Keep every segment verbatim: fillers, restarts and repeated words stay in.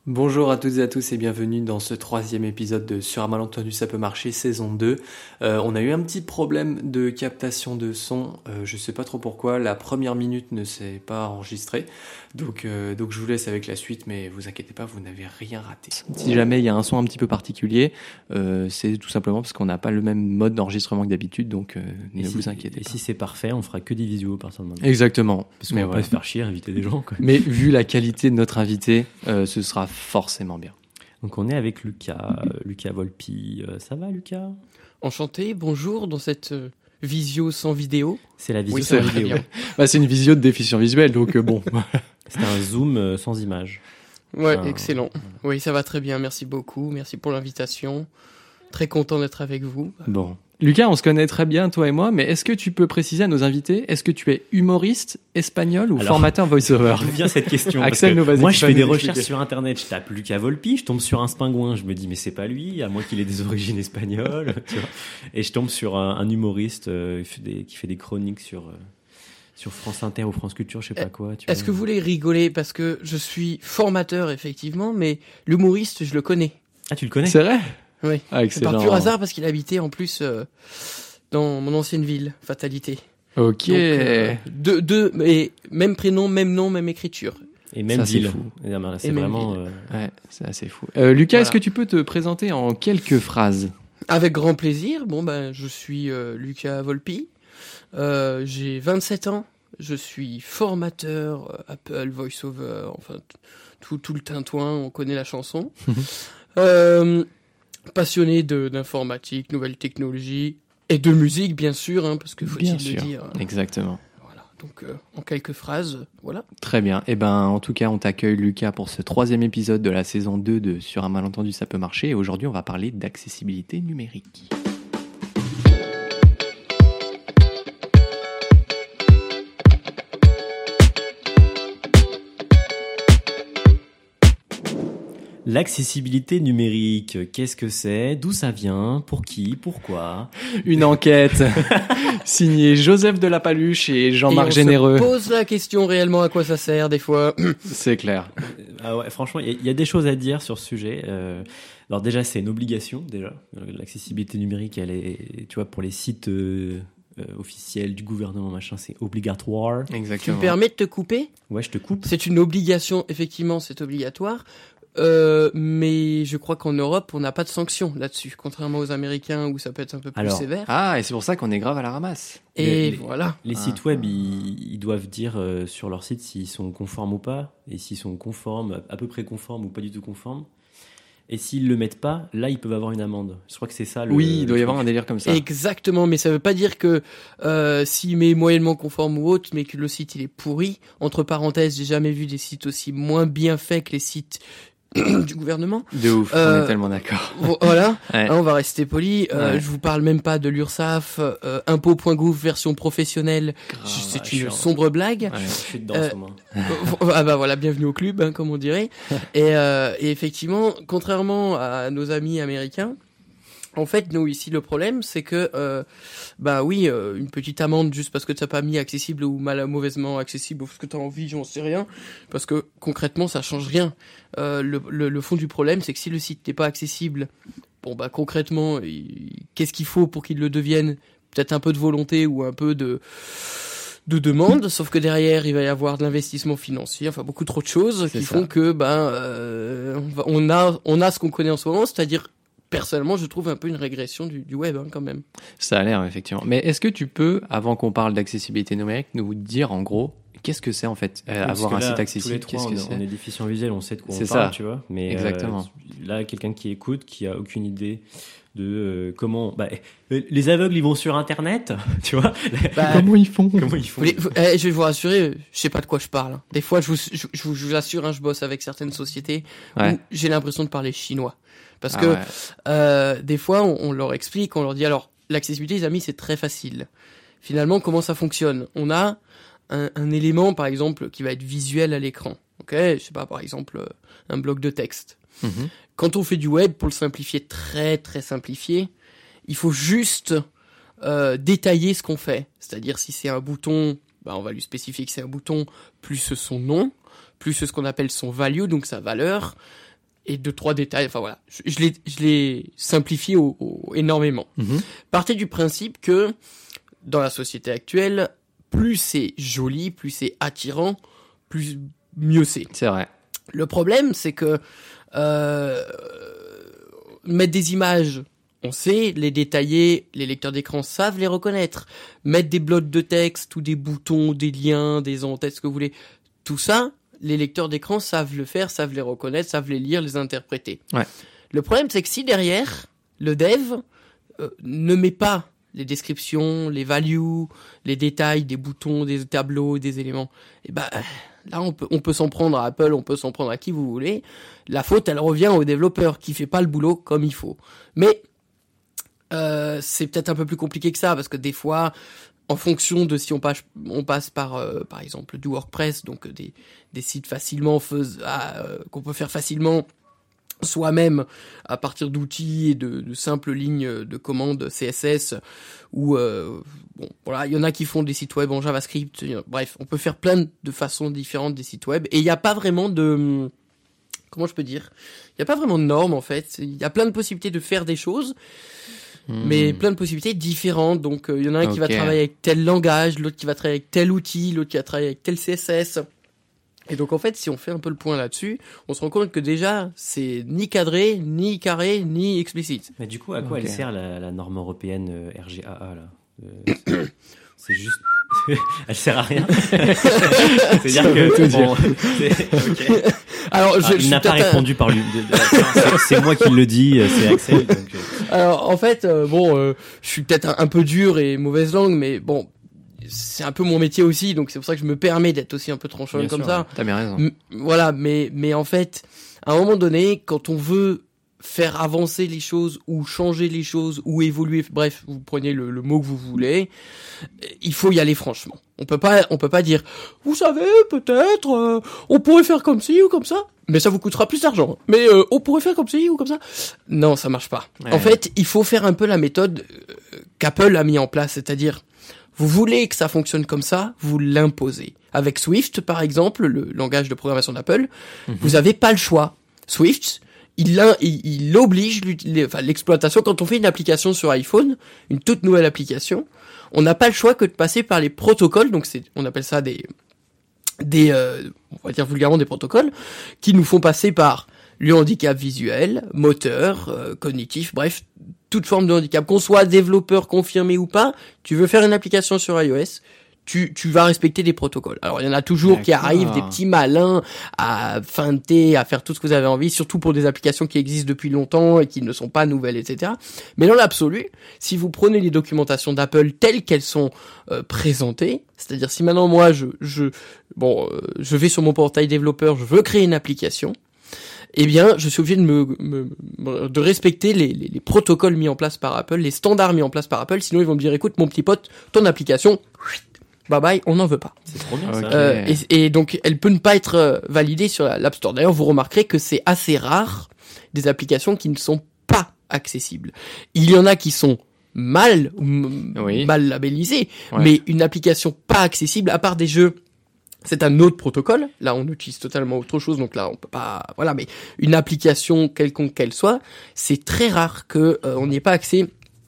Bonjour à toutes et à tous et bienvenue dans ce troisième épisode de Sur un malentendu ça peut marcher saison deux. Euh, on a eu un petit problème de captation de son, euh, je sais pas trop pourquoi, la première minute ne s'est pas enregistrée, donc, euh, donc je vous laisse avec la suite, mais vous inquiétez pas, vous n'avez rien raté. Si jamais il y a un son un petit peu particulier, euh, c'est tout simplement parce qu'on n'a pas le même mode d'enregistrement que d'habitude, donc euh, ne et vous si, inquiétez et pas. si c'est parfait, on fera que des visios à partir de maintenant. Exactement. Parce qu'on mais va voilà. pas se faire chier, inviter des gens. Quoi. Mais vu la qualité de notre invité, euh, ce sera forcément bien. Donc on est avec Lucas, euh, Lucas Volpi. Euh, ça va Lucas ? Enchanté, bonjour dans cette euh, visio sans vidéo. C'est la visio oui, sans vidéo. Bah, c'est une visio de déficience visuelle, donc euh, bon. C'est un zoom euh, sans image. Ouais, enfin, excellent. Oui, ça va très bien, merci beaucoup, merci pour l'invitation. Très content d'être avec vous. Bon. Lucas, on se connaît très bien, toi et moi, mais est-ce que tu peux préciser à nos invités, est-ce que tu es humoriste, espagnol ou Alors, formateur voice-over ? D'où vient cette question ? Axel nous va Moi, je fais des recherches sur Internet, je tape Lucas Volpi, je tombe sur un spingouin, je me dis mais c'est pas lui, à moins qu'il ait des origines espagnoles, tu vois. Et je tombe sur un, un humoriste euh, qui, fait des, qui fait des chroniques sur euh, sur France Inter ou France Culture, je sais pas quoi. Tu Est-ce vois. que vous voulez rigoler parce que je suis formateur effectivement, mais l'humoriste je le connais. Ah, tu le connais ? C'est vrai ? Oui, ah, par pur hasard parce qu'il habitait en plus euh, dans mon ancienne ville, fatalité. Ok. Donc, euh, deux, deux, mais même prénom, même nom, même écriture. Et même ça, ville. C'est fou. Et non, là, c'est vraiment. Euh... Ouais, c'est assez fou. Euh, Lucas, voilà. Est-ce que tu peux te présenter en quelques phrases ? Avec grand plaisir. Bon ben, je suis euh, Lucas Volpi. Euh, j'ai vingt-sept ans. Je suis formateur euh, Apple, VoiceOver, enfin tout tout le tintouin. On connaît la chanson. euh, Passionné de, d'informatique, nouvelles technologies et de musique, bien sûr, hein, parce que faut-il bien le dire. Exactement. Voilà. Donc, euh, en quelques phrases, voilà. Très bien. Et ben, en tout cas, on t'accueille, Lucas, pour ce troisième épisode de la saison deux de Sur un malentendu, ça peut marcher. Et aujourd'hui, on va parler d'accessibilité numérique. L'accessibilité numérique, qu'est-ce que c'est ? D'où ça vient ? Pour qui ? Pourquoi ? Une enquête signée Joseph de la Paluche et Jean-Marc et on Généreux. Se pose la question réellement à quoi ça sert des fois. C'est clair. Ah ouais, franchement, il y, y a des choses à dire sur ce sujet. Euh, alors déjà, c'est une obligation déjà. L'accessibilité numérique, elle est, tu vois, pour les sites euh, euh, officiels du gouvernement, machin, c'est obligatoire. Exactement. Tu me permets de te couper ? Ouais, je te coupe. C'est une obligation, effectivement, c'est obligatoire. Euh, mais je crois qu'en Europe, on n'a pas de sanctions là-dessus, contrairement aux Américains où ça peut être un peu plus Alors, sévère. Ah, et c'est pour ça qu'on est grave à la ramasse. Et les, voilà. Les ah. sites web, ils, ils doivent dire euh, sur leur site s'ils sont conformes ou pas, et s'ils sont conformes, à peu près conformes ou pas du tout conformes. Et s'ils le mettent pas, là, ils peuvent avoir une amende. Je crois que c'est ça le. Oui, il doit le y avoir un délire comme ça. Exactement, mais ça veut pas dire que euh, s'il met moyennement conforme ou autre, mais que le site il est pourri. Entre parenthèses, j'ai jamais vu des sites aussi moins bien faits que les sites du gouvernement. De ouf, euh, on est tellement d'accord. Voilà, ouais. hein, on va rester poli. Euh, ouais. Je vous parle même pas de l'URSSAF, euh, impôt point gouv version professionnelle. Grave, c'est une sombre blague. Ouais, je suis dedans euh, en ce moment. Ah bah voilà, bienvenue au club, hein, comme on dirait. et, euh, et effectivement, contrairement à nos amis américains, en fait, nous ici, le problème, c'est que, euh, bah oui, euh, une petite amende juste parce que t'as pas mis accessible ou mal, mauvaisement accessible ou parce que t'as envie, j'en sais rien. Parce que concrètement, ça change rien. Euh, le, le, le fond du problème, c'est que si le site n'est pas accessible, bon bah concrètement, il, qu'est-ce qu'il faut pour qu'il le devienne ? Peut-être un peu de volonté ou un peu de de demande, sauf que derrière il va y avoir de l'investissement financier, enfin beaucoup trop de choses c'est qui ça. Font que ben euh, on a on a ce qu'on connaît en ce moment, c'est-à-dire personnellement, je trouve un peu une régression du, du web, hein, quand même. Ça a l'air, effectivement. Mais est-ce que tu peux, avant qu'on parle d'accessibilité numérique, nous dire, en gros, qu'est-ce que c'est, en fait, euh, avoir un là, site accessible ? Tous les trois, qu'est-ce on, que c'est on est déficient visuel, on sait de quoi c'est on ça. parle, tu vois. Mais exactement. Euh, là, quelqu'un qui écoute, qui a aucune idée de euh, comment... Bah, les aveugles, ils vont sur Internet, tu vois. Bah, comment ils font Comment ils font vous, vous, eh, Je vais vous rassurer, je sais pas de quoi je parle. Des fois, je vous, je, je vous, je vous assure, hein, je bosse avec certaines sociétés ouais. où j'ai l'impression de parler chinois. Parce ah que ouais. euh, des fois, on, on leur explique, on leur dit, alors, l'accessibilité, les amis, c'est très facile. Finalement, comment ça fonctionne ? On a un, un élément, par exemple, qui va être visuel à l'écran. Ok, je sais pas, par exemple, un bloc de texte. Mm-hmm. Quand on fait du web, pour le simplifier très, très simplifié, il faut juste euh, détailler ce qu'on fait. C'est-à-dire, si c'est un bouton, bah, on va lui spécifier que c'est un bouton, plus son nom, plus ce qu'on appelle son value, donc sa valeur. et deux trois détails. Enfin voilà, je, je l'ai je l'ai simplifié au, au, énormément. Mhm. Partez du principe que dans la société actuelle, plus c'est joli, plus c'est attirant, plus mieux c'est. C'est vrai. Le problème, c'est que euh, mettre des images, on sait les détailler, les lecteurs d'écran savent les reconnaître. Mettre des blocs de texte ou des boutons, des liens, des en-têtes, ce que vous voulez, tout ça, les lecteurs d'écran savent le faire, savent les reconnaître, savent les lire, les interpréter. Ouais. Le problème, c'est que si derrière, le dev euh, ne met pas les descriptions, les values, les détails des boutons, des tableaux, des éléments, et ben là on peut on peut s'en prendre à Apple, on peut s'en prendre à qui vous voulez. La faute, elle revient au développeur qui fait pas le boulot comme il faut. Mais euh, c'est peut-être un peu plus compliqué que ça parce que des fois, en fonction de si on passe on passe par euh, par exemple du WordPress, donc des des sites facilement fais, euh, qu'on peut faire facilement soi-même à partir d'outils et de, de simples lignes de commande C S S ou euh, bon voilà, il y en a qui font des sites web en JavaScript, bref, on peut faire plein de façons différentes des sites web et il n'y a pas vraiment de comment je peux dire, il n'y a pas vraiment de normes en fait, il y a plein de possibilités de faire des choses mmh. mais plein de possibilités différentes, donc il euh, y en a un okay. qui va travailler avec tel langage, l'autre qui va travailler avec tel outil, l'autre qui va travailler avec tel C S S. Et donc en fait, si on fait un peu le point là-dessus, on se rend compte que déjà, c'est ni cadré, ni carré, ni explicite. Mais du coup, à quoi okay. elle sert la, la norme européenne euh, R G A A là euh, c'est juste... elle sert à rien. C'est-à-dire que... Bon, c'est... Okay. Alors, je, ah, je il n'a pas répondu un... par lui. C'est, c'est moi qui le dis, c'est Axel. Donc... Alors en fait, euh, bon, euh, je suis peut-être un, un peu dur et mauvaise langue, mais bon... c'est un peu mon métier aussi, donc c'est pour ça que je me permets d'être aussi un peu tranchant comme sûr, ça. T'as bien raison. M- voilà, mais mais en fait, à un moment donné, quand on veut faire avancer les choses ou changer les choses ou évoluer, bref, vous prenez le, le mot que vous voulez, il faut y aller franchement. On peut pas, on peut pas dire, vous savez, peut-être, euh, on pourrait faire comme ci ou comme ça, mais ça vous coûtera plus d'argent. Mais euh, on pourrait faire comme ci ou comme ça. Non, ça marche pas. Ouais. En fait, il faut faire un peu la méthode qu'Apple a mis en place, c'est-à-dire vous voulez que ça fonctionne comme ça, vous l'imposez. Avec Swift, par exemple, le langage de programmation d'Apple, mm-hmm. vous avez pas le choix. Swift, il, il, il oblige enfin, l'exploitation. Quand on fait une application sur iPhone, une toute nouvelle application, on n'a pas le choix que de passer par les protocoles. Donc, c'est, on appelle ça des, des, euh, on va dire vulgairement des protocoles, qui nous font passer par le handicap visuel, moteur, euh, cognitif, bref, toute forme de handicap, qu'on soit développeur confirmé ou pas, tu veux faire une application sur iOS, tu, tu vas respecter des protocoles. Alors, il y en a toujours D'accord. qui arrivent, des petits malins à feinter, à faire tout ce que vous avez envie, surtout pour des applications qui existent depuis longtemps et qui ne sont pas nouvelles, et cetera. Mais dans l'absolu, si vous prenez les documentations d'Apple telles qu'elles sont euh, présentées, c'est-à-dire si maintenant moi, je, je, bon, euh, je vais sur mon portail développeur, je veux créer une application, eh bien, je suis obligé de me, me de respecter les, les, les protocoles mis en place par Apple, les standards mis en place par Apple. Sinon, ils vont me dire, écoute, mon petit pote, ton application, bye bye, on n'en veut pas. C'est trop bien, ça. Okay. Euh, et, et donc, elle peut ne pas être validée sur l'App Store. D'ailleurs, vous remarquerez que c'est assez rare des applications qui ne sont pas accessibles. Il y en a qui sont mal, oui. mal labellisées, ouais. mais une application pas accessible, à part des jeux. C'est un autre protocole. Là, on utilise totalement autre chose. Donc là, on peut pas, voilà, mais une application quelconque qu'elle soit, c'est très rare que euh, on n'y ait pas accès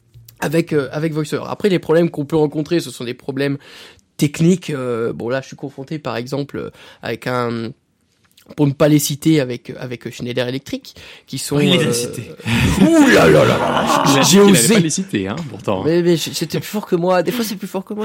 avec euh, avec VoiceOver. Après, les problèmes qu'on peut rencontrer, ce sont des problèmes techniques. Euh, bon, là, je suis confronté, par exemple, avec un, pour ne pas les citer, avec avec Schneider Electric, qui sont. Oui, il euh... les a cités. Ouh là là là là. J'ai, j'ai osé. Pas les citer, hein, pourtant. Mais, mais c'était plus fort que moi. Des fois, c'est plus fort que moi.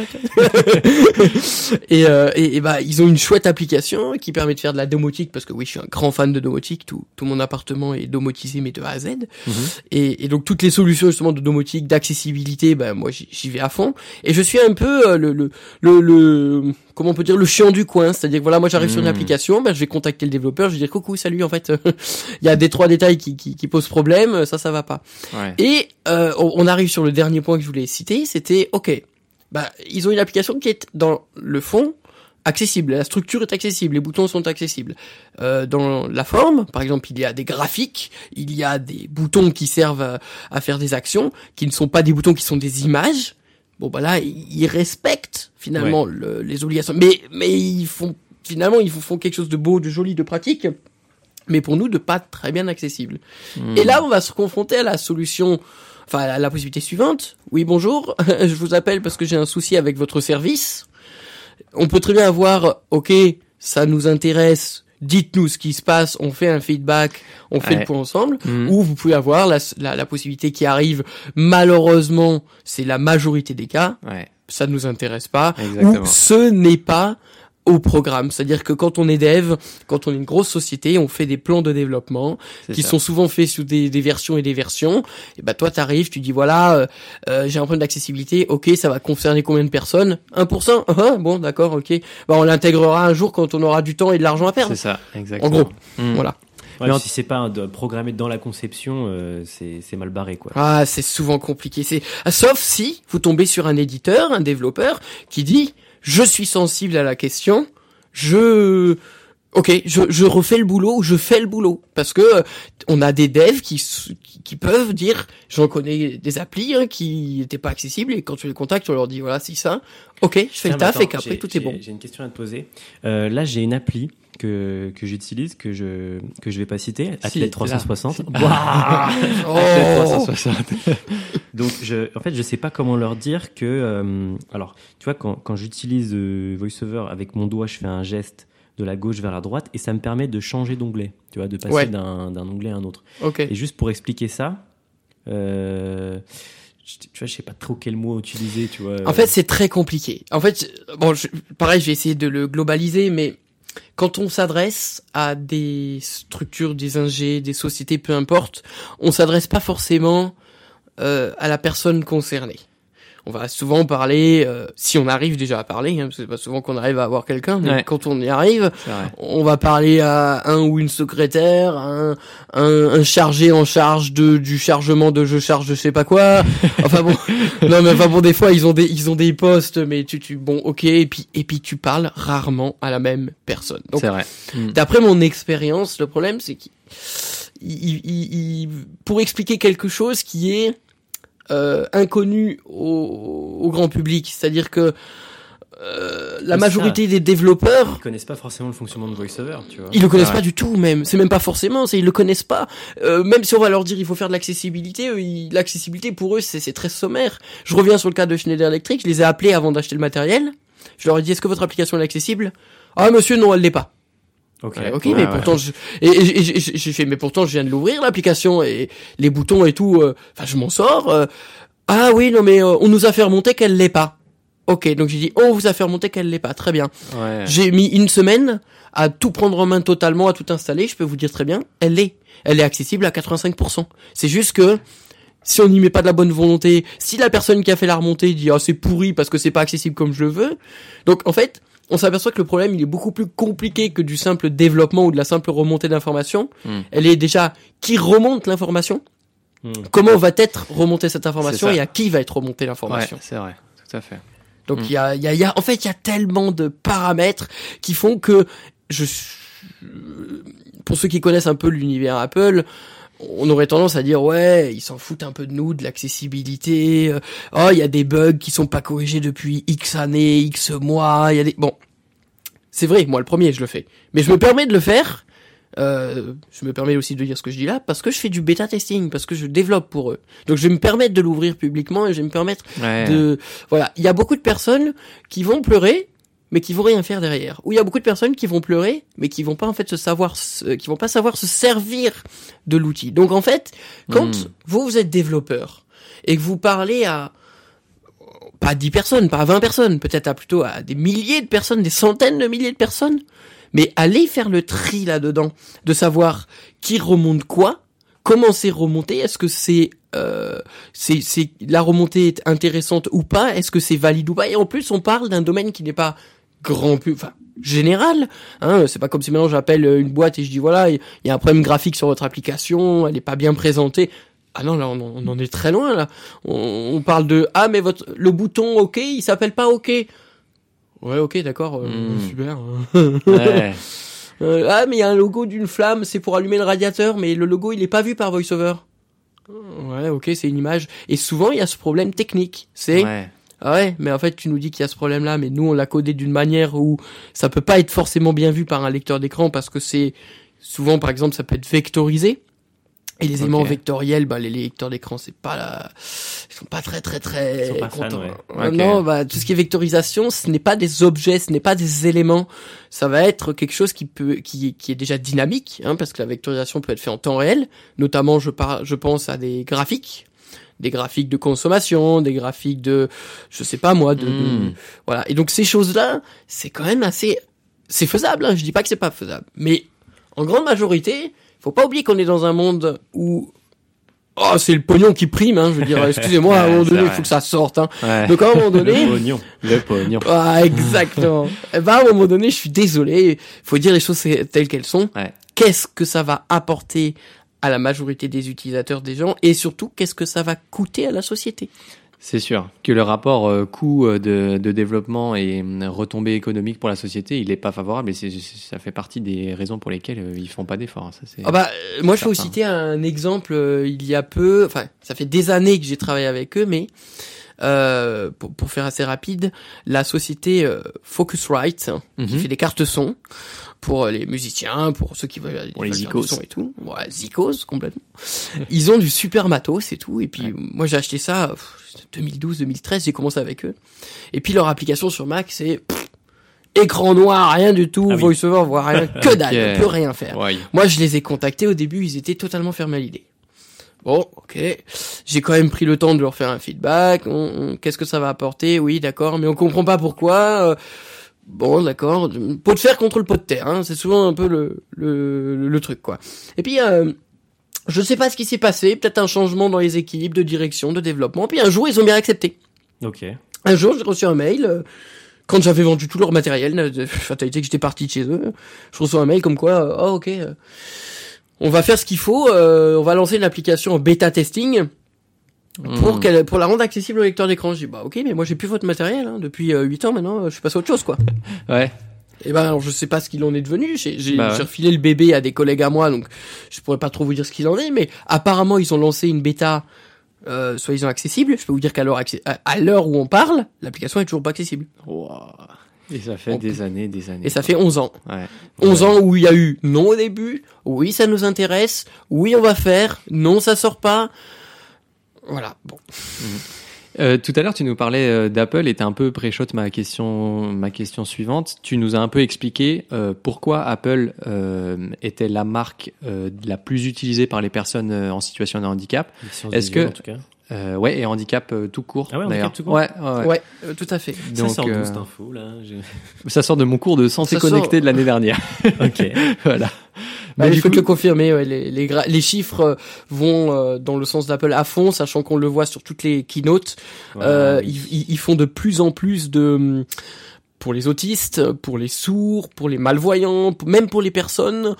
et, euh, et, et bah, ils ont une chouette application qui permet de faire de la domotique, parce que oui, je suis un grand fan de domotique. Tout, tout mon appartement est domotisé, mais de A à Z. Mm-hmm. Et, et donc, toutes les solutions, justement, de domotique, d'accessibilité, bah, moi, j'y, j'y vais à fond. Et je suis un peu euh, le, le, le, le, comment on peut dire, le chiant du coin. C'est-à-dire que voilà, moi, j'arrive mmh. sur une application, bah, je vais contacter le développeur, je vais dire coucou, salut, en fait, il y a des trois détails qui, qui, qui posent problème, ça, ça va pas. Ouais. Et euh, on, on arrive sur le dernier point que je voulais citer, c'était, ok, bah, ils ont une application qui est dans le fond accessible, la structure est accessible, les boutons sont accessibles. Euh, dans la forme, par exemple, il y a des graphiques, il y a des boutons qui servent à, à faire des actions, qui ne sont pas des boutons, qui sont des images. Bon, bah là, ils respectent finalement ouais. le, les obligations, mais mais ils font finalement ils font quelque chose de beau, de joli, de pratique. mais pour nous de pas très bien accessible. Mmh. Et là, on va se confronter à la solution, enfin à la possibilité suivante. Oui, bonjour, je vous appelle parce que j'ai un souci avec votre service. On peut très bien avoir, ok, ça nous intéresse, dites-nous ce qui se passe, on fait un feedback, on fait Ouais. le point ensemble. Mmh. Ou vous pouvez avoir la, la, la possibilité qui arrive, malheureusement, c'est la majorité des cas, Ouais, ça ne nous intéresse pas, exactement. ou ce n'est pas au programme. C'est-à-dire que quand on est dev, quand on est une grosse société, on fait des plans de développement C'est qui ça. sont souvent faits sous des, des versions et des versions. Et bah toi t'arrives, tu dis voilà, euh, euh, j'ai un problème d'accessibilité, ok, ça va concerner combien de personnes? un pour cent Ah, bon, d'accord, ok. Bah on l'intégrera un jour quand on aura du temps et de l'argent à perdre. C'est ça, exactement. En gros, Mmh. voilà. Ouais, Mais en- si c'est pas de programmer dans la conception, euh, c'est c'est mal barré quoi. Ah, c'est souvent compliqué. C'est ah, sauf si vous tombez sur un éditeur, un développeur qui dit je suis sensible à la question, je ok, je, je refais le boulot, je fais le boulot parce que euh, on a des devs qui s- qui, qui peuvent dire j'en connais des applis hein, qui n'étaient pas accessibles et quand tu les contactes on leur dit voilà c'est ça, ok, je fais Tiens, le taf mais et attends, qu'après j'ai- tout est j'ai- bon. J'ai une question à te poser. Euh, là, j'ai une appli que que j'utilise que je que je vais pas citer, Athlete trois cent soixante. Ouah Oh. trois cent soixante. Donc, je, en fait, je sais pas comment leur dire que. euh, alors, tu vois, quand quand j'utilise euh, VoiceOver avec mon doigt, je fais un geste de la gauche vers la droite et ça me permet de changer d'onglet. Tu vois, de passer Ouais. d'un d'un onglet à un autre. Ok. Et juste pour expliquer ça. Euh, je- tu vois, je sais pas trop quel mot utiliser, tu vois. En fait, c'est très compliqué. En fait, bon, je- pareil, je vais essayer de le globaliser, mais quand on s'adresse à des structures, des ingés, des sociétés, peu importe, on s'adresse pas forcément euh, à la personne concernée. On va souvent parler, euh, si on arrive déjà à parler, hein, parce que c'est pas souvent qu'on arrive à avoir quelqu'un, mais Ouais. quand on y arrive, C'est vrai. on va parler à un ou une secrétaire, un, un, un chargé en charge de du chargement de je charge je sais pas quoi. Enfin bon, non mais enfin bon des fois ils ont des ils ont des postes, mais tu tu bon ok et puis et puis tu parles rarement à la même personne. Donc C'est vrai. Mmh. d'après mon expérience, le problème c'est qu'il il, il, il- pour expliquer quelque chose qui est euh, inconnu au, au grand public, c'est-à-dire que euh, la C'est majorité des développeurs Ils connaissent pas forcément le fonctionnement de VoiceOver, tu vois. ils le connaissent Ouais. pas du tout même, c'est même pas forcément, c'est ils le connaissent pas. Euh, même si on va leur dire il faut faire de l'accessibilité, eux, ils- l'accessibilité pour eux c'est c'est très sommaire. Je reviens sur le cas de Schneider Electric, je les ai appelés avant d'acheter le matériel. Je leur ai dit est-ce que votre application est accessible? Ah monsieur non elle l'est pas. Ok. Ouais, ok Ouais, mais ouais. pourtant je et, et- et- et- j'ai fait mais pourtant je viens de l'ouvrir l'application et les boutons et tout, euh, enfin je m'en sors. euh. Ah oui non mais euh, on nous a fait remonter qu'elle l'est pas. Ok donc j'ai dit on vous a fait remonter qu'elle l'est pas, très bien. Ouais. J'ai mis une semaine à tout prendre en main totalement, à tout installer. Je peux vous dire très bien, elle l'est. Elle est accessible à quatre-vingt-cinq pour cent. C'est juste que si on n'y met pas de la bonne volonté, si la personne qui a fait la remontée dit ah c'est pourri parce que c'est pas accessible comme je le veux. Donc en fait, on s'aperçoit que le problème il est beaucoup plus compliqué que du simple développement ou de la simple remontée d'information. Mm. Elle est déjà qui remonte l'information. Hmm. Comment va être remontée cette information C'est ça. et à qui va être remontée Ouais, l'information. c'est vrai. Tout à fait. Donc Mm. il y a, il y a, il y a, en fait, il y a tellement de paramètres qui font que je, pour ceux qui connaissent un peu l'univers Apple, on aurait tendance à dire ouais, ils s'en foutent un peu de nous, de l'accessibilité. euh, Oh, il y a des bugs qui sont pas corrigés depuis X années, X mois. Il y a des bon, c'est vrai, moi le premier je le fais, mais je me permets de le faire. Euh, je me permets aussi de dire ce que je dis là parce que je fais du bêta testing, parce que je développe pour eux. Donc je vais me permettre de l'ouvrir publiquement et je vais me permettre Ouais. de voilà, il y a beaucoup de personnes qui vont pleurer mais qui vont rien faire derrière. Ou il y a beaucoup de personnes qui vont pleurer mais qui vont pas en fait se savoir se- qui vont pas savoir se servir de l'outil. Donc en fait, quand Mm. vous vous êtes développeur et que vous parlez à pas dix personnes, pas vingt personnes, peut-être à plutôt à des milliers de personnes, des centaines de milliers de personnes, mais allez faire le tri là-dedans de savoir qui remonte quoi, comment c'est remonté, est-ce que c'est euh, c'est c'est la remontée est intéressante ou pas, est-ce que c'est valide ou pas, et en plus on parle d'un domaine qui n'est pas grand pub, enfin général, hein, c'est pas comme si maintenant j'appelle une boîte et je dis voilà, il y a un problème graphique sur votre application, elle est pas bien présentée. Ah non, là on, en- on en est très loin là. On, on parle de ah mais votre le bouton OK, il s'appelle pas OK. Ouais, OK, d'accord, euh, Mm. super. Ouais. Euh, ah mais il y a un logo d'une flamme, c'est pour allumer le radiateur, mais le logo il est pas vu par VoiceOver. Ouais, ok, c'est une image. Et souvent il y a ce problème technique. C'est Ouais. ah ouais, mais en fait tu nous dis qu'il y a ce problème-là, mais nous on l'a codé d'une manière où ça peut pas être forcément bien vu par un lecteur d'écran parce que c'est souvent, par exemple, ça peut être vectorisé. Et les éléments Ok. vectoriels, bah, les lecteurs d'écran, c'est pas la... ils sont pas très, très, très Ils sont pas fans, contents. ouais. Euh, Ok. Non, bah, tout ce qui est vectorisation, ce n'est pas des objets, ce n'est pas des éléments. Ça va être quelque chose qui peut, qui, qui est déjà dynamique, hein, parce que la vectorisation peut être faite en temps réel. Notamment, je par, je pense à des graphiques. Des graphiques de consommation, des graphiques de, je sais pas moi, de, de- Mm. voilà. Et donc, ces choses-là, c'est quand même assez, c'est faisable, hein. Je dis pas que c'est pas faisable. Mais, en grande majorité, faut pas oublier qu'on est dans un monde où oh, c'est le pognon qui prime, hein, je veux dire, excusez-moi, à un Ouais, moment c'est donné, il vrai. faut que ça sorte, hein. Ouais. Donc à un moment Le donné, pognon. Le pognon. ah, exactement. Eh ben, à un moment donné, je suis désolé, faut dire les choses telles qu'elles sont. Ouais. Qu'est-ce que ça va apporter à la majorité des utilisateurs des gens, et surtout, qu'est-ce que ça va coûter à la société? C'est sûr que le rapport euh, coût euh, de, de développement et euh, retombée économique pour la société, il n'est pas favorable et c'est, c'est- ça fait partie des raisons pour lesquelles euh, ils font pas d'efforts. Ça, c'est... Ah bah, euh, moi, je peux vous certain. citer un exemple, euh, il y a peu, enfin, ça fait des années que j'ai travaillé avec eux, mais euh, pour, pour faire assez rapide, la société euh, Focusrite, hein, qui Mhm. fait des cartes son pour les musiciens, pour ceux qui veulent, Pour les veulent faire du zikos. son et tout, ouais, zikos complètement. Ils ont du super matos et tout, et puis Ouais. moi j'ai acheté ça pff, deux mille douze deux mille treize, j'ai commencé avec eux. Et puis leur application sur Mac, c'est pff, écran noir, rien du tout, Ah oui. voice-over, voire rien, que dalle, Ok. on peut rien faire. Ouais. Moi, je les ai contactés au début, ils étaient totalement fermés à l'idée. Bon, ok. J'ai quand même pris le temps de leur faire un feedback. On- on- Qu'est-ce que ça va apporter? Oui, d'accord, mais on comprend pas pourquoi. Euh, Bon, d'accord. Pot de fer contre le pot de terre, hein. C'est souvent un peu le le, le truc, quoi. Et puis, euh, je sais pas ce qui s'est passé. Peut-être un changement dans les équipes, de direction, de développement. Puis un jour, ils ont bien accepté. Ok. Un jour, j'ai reçu un mail. euh, Quand j'avais vendu tout leur matériel, euh, de fatalité que j'étais parti de chez eux, je reçois un mail comme quoi, euh, oh ok, euh, on va faire ce qu'il faut, euh, on va lancer une application en bêta testing pour Mm. qu'elle, pour la rendre accessible au lecteur d'écran. Je dis bah ok, mais moi j'ai plus votre matériel, hein, depuis euh, huit ans maintenant, euh, je suis passé à autre chose quoi. Ouais. Et ben alors je sais pas ce qu'il en est devenu. J'ai, j'ai, Bah ouais. j'ai refilé le bébé à des collègues à moi, donc je pourrais pas trop vous dire ce qu'il en est, mais apparemment ils ont lancé une bêta. Euh, soi-disant accessible. Je peux vous dire qu'à l'heure, accé- à à l'heure où on parle, l'application est toujours pas accessible. Wow. Et ça fait On des années, des années. Et ça quoi. fait onze ans. Ouais. onze Ouais. ans où il y a eu non au début, oui ça nous intéresse, oui on va faire, non ça sort pas. Voilà, bon. Euh, tout à l'heure, tu nous parlais euh, d'Apple et t'as un peu pré-shot ma question, ma question suivante. Tu nous as un peu expliqué euh, pourquoi Apple euh, était la marque euh, la plus utilisée par les personnes euh, en situation de handicap. Les sciences Est-ce visuelles, que- en tout cas. Euh, ouais, et handicap euh, tout court. Ah ouais, handicap d'ailleurs. tout court. Ouais, ouais, ouais. Ouais, euh, tout à fait. Donc, ça sort euh, d'où cette info là j'ai- ça sort de mon cours de santé Ça sort- connectée de l'année dernière. Ok. Voilà. Bah, Mais il du faut coup- te le confirmer, ouais, les, les, gra- les chiffres euh, vont euh, dans le sens d'Apple à fond, sachant qu'on le voit sur toutes les keynotes. Euh, Ouais. ils, ils- ils font de plus en plus de... hum, pour les autistes, pour les sourds, pour les malvoyants, pour- même pour les personnes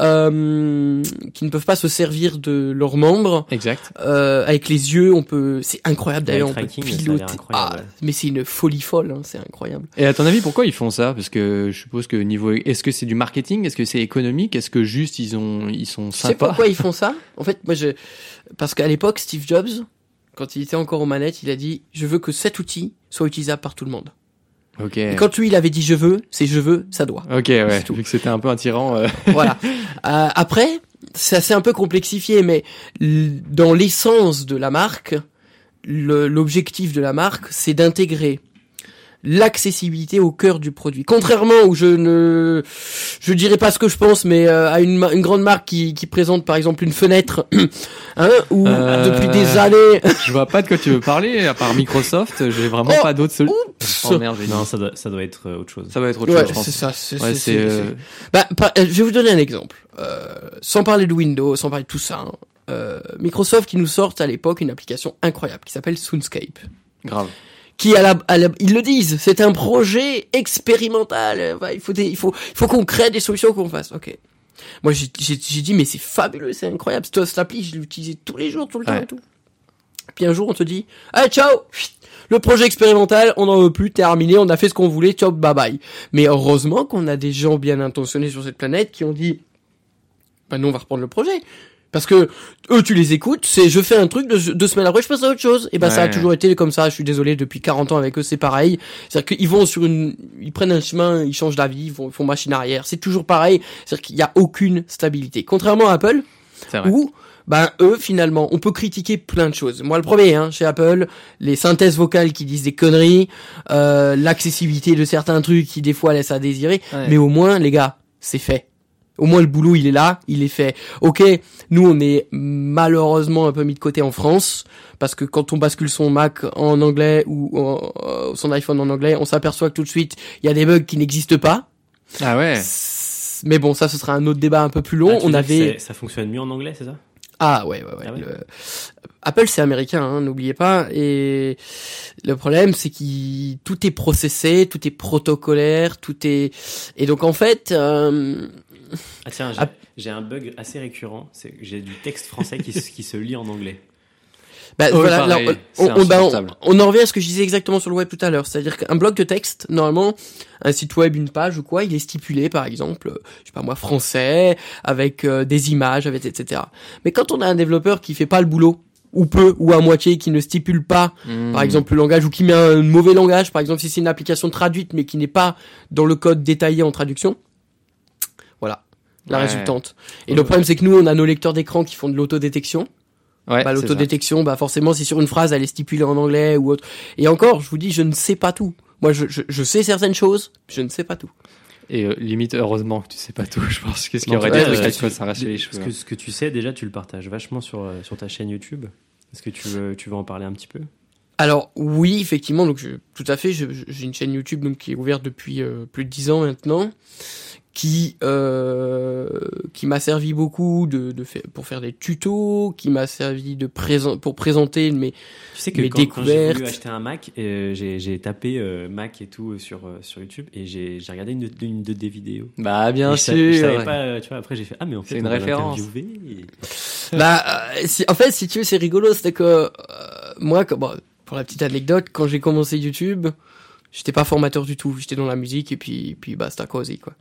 euh, qui ne peuvent pas se servir de leurs membres. Exact. Euh, avec les yeux, on peut, c'est incroyable Ouais, d'ailleurs, le on peut tracking, ça a l'air piloter. incroyable, Ah, ouais. mais c'est une folie folle, hein, c'est incroyable. Et à ton avis, pourquoi ils font ça? Parce que je suppose que niveau, est-ce que c'est du marketing? Est-ce que c'est économique? Est-ce que juste ils ont, ils sont Tu sais sympas? pourquoi ils font ça? En fait, moi, je, parce qu'à l'époque, Steve Jobs, quand il était encore aux manettes, il a dit, je veux que cet outil soit utilisable par tout le monde. Ok. Et quand lui, il avait dit je veux, c'est je veux, ça doit. Ok, ouais. C'est tout. Vu que c'était un peu un tyran. euh, Voilà. Euh, après, c'est assez un peu complexifié, mais l- dans l'essence de la marque, le- l'objectif de la marque, c'est d'intégrer l'accessibilité au cœur du produit. Contrairement où je ne, je dirais pas ce que je pense, mais euh, à une, ma- une grande marque qui, qui présente par exemple une fenêtre, hein, où Euh, depuis des années, Je vois pas de quoi tu veux parler, à part Microsoft, j'ai vraiment Oh, pas d'autres solutions. oups. Oh merde, j'ai dit. Non, ça doit, ça doit être euh, autre chose. Ça va être autre Ouais, chose, je pense. c'est ça. C'est, Ouais, c'est, c'est, c'est- euh, c'est- Bah, par- euh, je vais vous donner un exemple. Euh, sans parler de Windows, sans parler de tout ça. hein. Euh, Microsoft qui nous sort à l'époque une application incroyable qui s'appelle Soundscape. grave. Qui à la, à la- ils le disent, c'est un projet expérimental. Euh, bah, il faut des, il faut, il faut qu'on crée des solutions qu'on fasse. Ok. Moi j'ai, j'ai, j'ai dit mais c'est fabuleux, c'est incroyable. Cette, cette appli, je l'utilisais tous les jours, tout le temps Ouais. et tout. Puis un jour on te dit, ah ciao. Le projet expérimental, on n'en veut plus, terminé, on a fait ce qu'on voulait, ciao, bye bye. Mais heureusement qu'on a des gens bien intentionnés sur cette planète qui ont dit, bah nous on va reprendre le projet. Parce que eux, tu les écoutes, c'est je fais un truc, deux, deux semaines après, je passe à autre chose. Et ben, ouais. ça a toujours été comme ça. Je suis désolé, depuis quarante ans avec eux, c'est pareil. C'est-à-dire qu'ils vont sur une, ils prennent un chemin, ils changent d'avis, ils font, ils font machine arrière. C'est toujours pareil. C'est-à-dire qu'il y a aucune stabilité. Contrairement à Apple, où, ben, eux, finalement, on peut critiquer plein de choses. Moi, le premier, hein, chez Apple, les synthèses vocales qui disent des conneries, euh, l'accessibilité de certains trucs qui, des fois, laissent à désirer. Ouais. Mais au moins, les gars, c'est fait. Au moins le boulot il est là, il est fait. Ok, nous on est malheureusement un peu mis de côté en France parce que quand on bascule son Mac en anglais ou euh, son iPhone en anglais, on s'aperçoit que tout de suite il y a des bugs qui n'existent pas. Ah ouais. Mais bon, ça ce sera un autre débat un peu plus long. Ah, on avait. Ça fonctionne mieux en anglais, c'est ça? Ah ouais ouais ouais. Ah ouais. Le... Apple c'est américain, hein, n'oubliez pas. Et le problème c'est que tout est processé, tout est protocolaire, tout est. Et donc en fait. Euh... Ah tiens, j'ai, ah. j'ai un bug assez récurrent, c'est que j'ai du texte français qui, qui se lit en anglais. Bah, oh, voilà, alors, on, on, bah, on, on en revient à ce que je disais exactement sur le web tout à l'heure, c'est-à-dire qu'un bloc de texte, normalement, un site web, une page ou quoi, il est stipulé, par exemple, je sais pas moi, français, avec euh, des images, avec et cetera. Mais quand on a un développeur qui fait pas le boulot, ou peu, ou à moitié, qui ne stipule pas, mmh. par exemple, le langage, ou qui met un mauvais langage, par exemple, si c'est une application traduite, mais qui n'est pas dans le code détaillé en traduction, voilà, la ouais. résultante. Et ouais. le problème, c'est que nous, on a nos lecteurs d'écran qui font de l'autodétection. Ouais, bah, l'autodétection, bah, forcément, si sur une phrase, elle est stipulée en anglais ou autre. Et encore, je vous dis, je ne sais pas tout. Moi, je, je, je sais certaines choses, je ne sais pas tout. Et euh, limite, heureusement que tu sais pas tout, je pense. Qu'est-ce qu'il y aurait des trucs qui peuvent s'arracher les cheveux. Ce que, ce que tu sais, déjà, tu le partages vachement sur, euh, sur ta chaîne YouTube. Est-ce que tu veux, tu veux en parler un petit peu? Alors oui, effectivement, donc je, tout à fait. Je, j'ai une chaîne YouTube donc qui est ouverte depuis euh, plus de dix ans maintenant, qui euh, qui m'a servi beaucoup de, de faire, pour faire des tutos, qui m'a servi de présent pour présenter mes tu sais que mes quand, découvertes. Quand j'ai voulu acheter un Mac, euh, j'ai j'ai tapé euh, Mac et tout sur euh, sur YouTube et j'ai j'ai regardé une de, une de des vidéos. Bah bien et sûr. Je, je savais pas, euh, tu vois. Après j'ai fait ah mais en fait c'est une référence. Et... bah euh, si, en fait si tu veux c'est rigolo, c'est que euh, moi comme bon, pour la petite anecdote, quand j'ai commencé YouTube, j'étais pas formateur du tout, j'étais dans la musique et puis puis basta cosy quoi.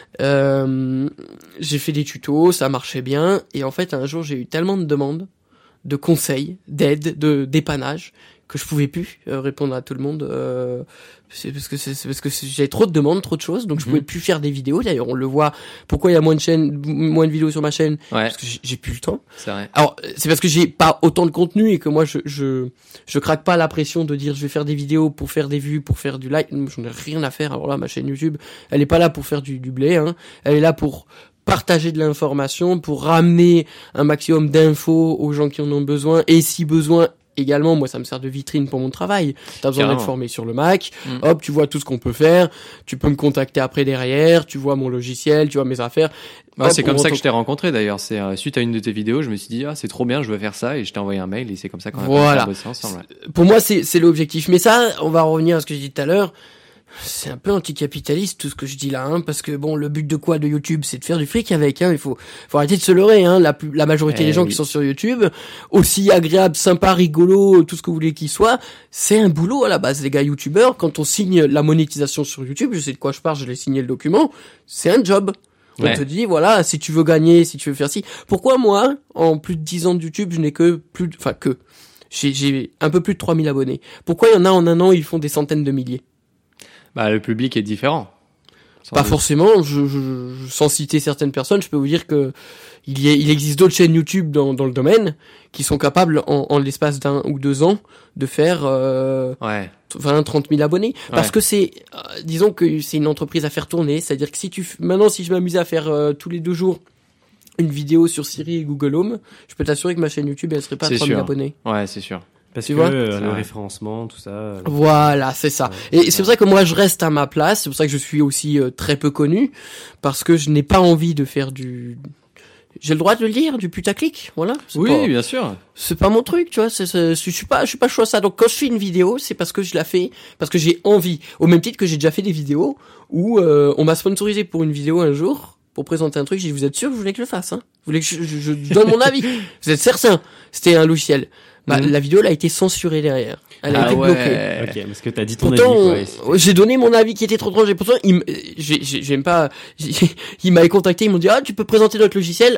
Euh, j'ai fait des tutos, ça marchait bien et en fait un jour j'ai eu tellement de demandes, de conseils, d'aide, de dépannage que je pouvais plus euh, répondre à tout le monde. Euh, c'est parce que c'est, c'est parce que c'est, j'avais trop de demandes, trop de choses, donc je pouvais mmh. plus faire des vidéos. D'ailleurs, on le voit. Pourquoi il y a moins de chaînes, moins de vidéos sur ma chaîne? Ouais. Parce que j'ai, j'ai plus le temps. C'est vrai. Alors, c'est parce que j'ai pas autant de contenu et que moi, je je je craque pas la pression de dire je vais faire des vidéos pour faire des vues, pour faire du like. J'en ai rien à faire. Alors là, ma chaîne YouTube, elle est pas là pour faire du, du blé. Hein. Elle est là pour partager de l'information, pour ramener un maximum d'infos aux gens qui en ont besoin et si besoin. Également, moi, ça me sert de vitrine pour mon travail. T'as besoin d'être formé sur le Mac. Mmh. Hop, tu vois tout ce qu'on peut faire. Tu peux me contacter après derrière. Tu vois mon logiciel, tu vois mes affaires. Ouais, Hop, c'est comme ça ton... que je t'ai rencontré d'ailleurs. C'est euh, suite à une de tes vidéos, je me suis dit ah c'est trop bien, je veux faire ça et je t'ai envoyé un mail et c'est comme ça qu'on a voilà. bossé ensemble. Ouais. Pour moi, c'est c'est l'objectif. Mais ça, on va revenir à ce que j'ai dit tout à l'heure. C'est un peu anticapitaliste tout ce que je dis là, hein, parce que bon, le but de quoi de YouTube, c'est de faire du fric avec. Hein, il faut, faut arrêter de se leurrer. Hein, la, la majorité eh des gens oui. qui sont sur YouTube, aussi agréable, sympa, rigolo, tout ce que vous voulez qu'ils soient, c'est un boulot à la base. Les gars YouTubeurs, quand on signe la monétisation sur YouTube, je sais de quoi je parle, je l'ai signé le document, c'est un job. On ouais. te dit voilà, si tu veux gagner, si tu veux faire ci. Pourquoi moi, en plus de dix ans de YouTube, je n'ai que plus, enfin que, j'ai, j'ai un peu plus de trois mille abonnés. Pourquoi il y en a en un an, ils font des centaines de milliers? Bah, le public est différent. Pas doute. Forcément, je, je, je, sans citer certaines personnes, je peux vous dire que il, y a, il existe d'autres chaînes YouTube dans, dans le domaine qui sont capables, en, en l'espace d'un ou deux ans, de faire euh, ouais. vingt, trente mille abonnés. Parce ouais. que c'est, euh, disons que c'est une entreprise à faire tourner. C'est-à-dire que si tu, maintenant, si je m'amusais à faire euh, tous les deux jours une vidéo sur Siri et Google Home, je peux t'assurer que ma chaîne YouTube, elle serait pas à trois mille abonnés. Ouais, c'est sûr. Parce tu que vois euh, le référencement, tout ça. Euh... Voilà, c'est ça. Ouais, et c'est, c'est pour ça que moi je reste à ma place. C'est pour ça que je suis aussi euh, très peu connu, parce que je n'ai pas envie de faire du. J'ai le droit de le dire, du putaclic, voilà. C'est oui, pas... bien sûr. C'est pas mon truc, tu vois. C'est, c'est, je suis pas, je suis pas chaud à ça. Donc quand je fais une vidéo, c'est parce que je la fais, parce que j'ai envie. Au même titre que j'ai déjà fait des vidéos où euh, on m'a sponsorisé pour une vidéo un jour. Pour présenter un truc, j'ai dit, vous êtes sûr que vous voulez que je le fasse, hein? Vous voulez que je, je, je donne mon avis? Vous êtes certain? C'était un logiciel. Bah, mmh. La vidéo, elle a été censurée derrière. Elle a ah été ouais. bloquée. Ok, parce que t'as dit ton pourtant, avis, quoi. J'ai donné mon avis qui était trop tranché. Pourtant, il m... j'ai, j'ai, j'aime pas, j'ai... ils m'avaient contacté, ils m'ont dit, ah, tu peux présenter notre logiciel?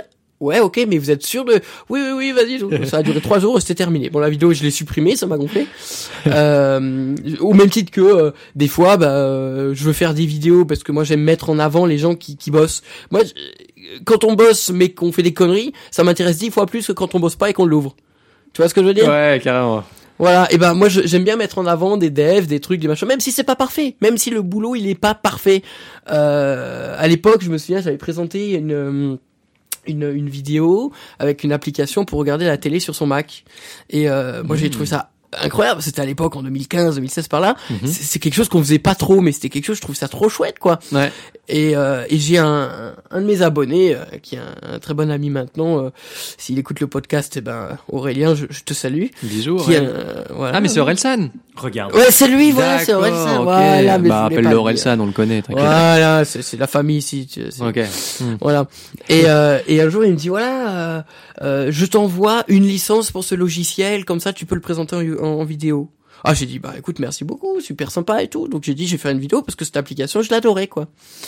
Ouais, ok, mais vous êtes sûr de... Oui, oui, oui, vas-y. Ça a duré trois jours et c'était terminé. Bon, la vidéo, je l'ai supprimée, ça m'a gonflé. Euh, au même titre que, euh, des fois, bah, euh, je veux faire des vidéos parce que moi, j'aime mettre en avant les gens qui, qui bossent. Moi, je, quand on bosse mais qu'on fait des conneries, ça m'intéresse dix fois plus que quand on bosse pas et qu'on l'ouvre. Tu vois ce que je veux dire? Ouais, carrément. Voilà, et ben moi je, j'aime bien mettre en avant des devs, des trucs, des machins, même si c'est pas parfait, même si le boulot il est pas parfait. Euh, à l'époque, je me souviens, j'avais présenté une une une vidéo avec une application pour regarder la télé sur son Mac. Et euh, moi mmh. j'ai trouvé ça incroyable, c'était à l'époque en deux mille quinze, deux mille seize par là. Mmh. C'est, c'est quelque chose qu'on faisait pas trop, mais c'était quelque chose, je trouve ça trop chouette quoi. Ouais. Et euh, et j'ai un un de mes abonnés euh, qui est un, un très bon ami maintenant, euh, s'il écoute le podcast, eh ben Aurélien, je, je te salue. Bisous. Qui Aurélien. est, euh, voilà. Ah mais c'est Orelsan. Regarde. Ouais, c'est lui, voilà, D'accord, c'est Orelsan. okay. Voilà, mais bah appelle-le Orelsan, on le connaît, t'inquiète. Voilà, c'est c'est la famille ici. Tu sais. OK. Hmm. Voilà. Et euh, et un jour il me dit voilà, euh, euh, je t'envoie une licence pour ce logiciel, comme ça tu peux le présenter en, en, en vidéo. Ah, j'ai dit bah écoute, merci beaucoup, super sympa et tout. Donc j'ai dit je vais faire une vidéo parce que cette application je l'adorais quoi.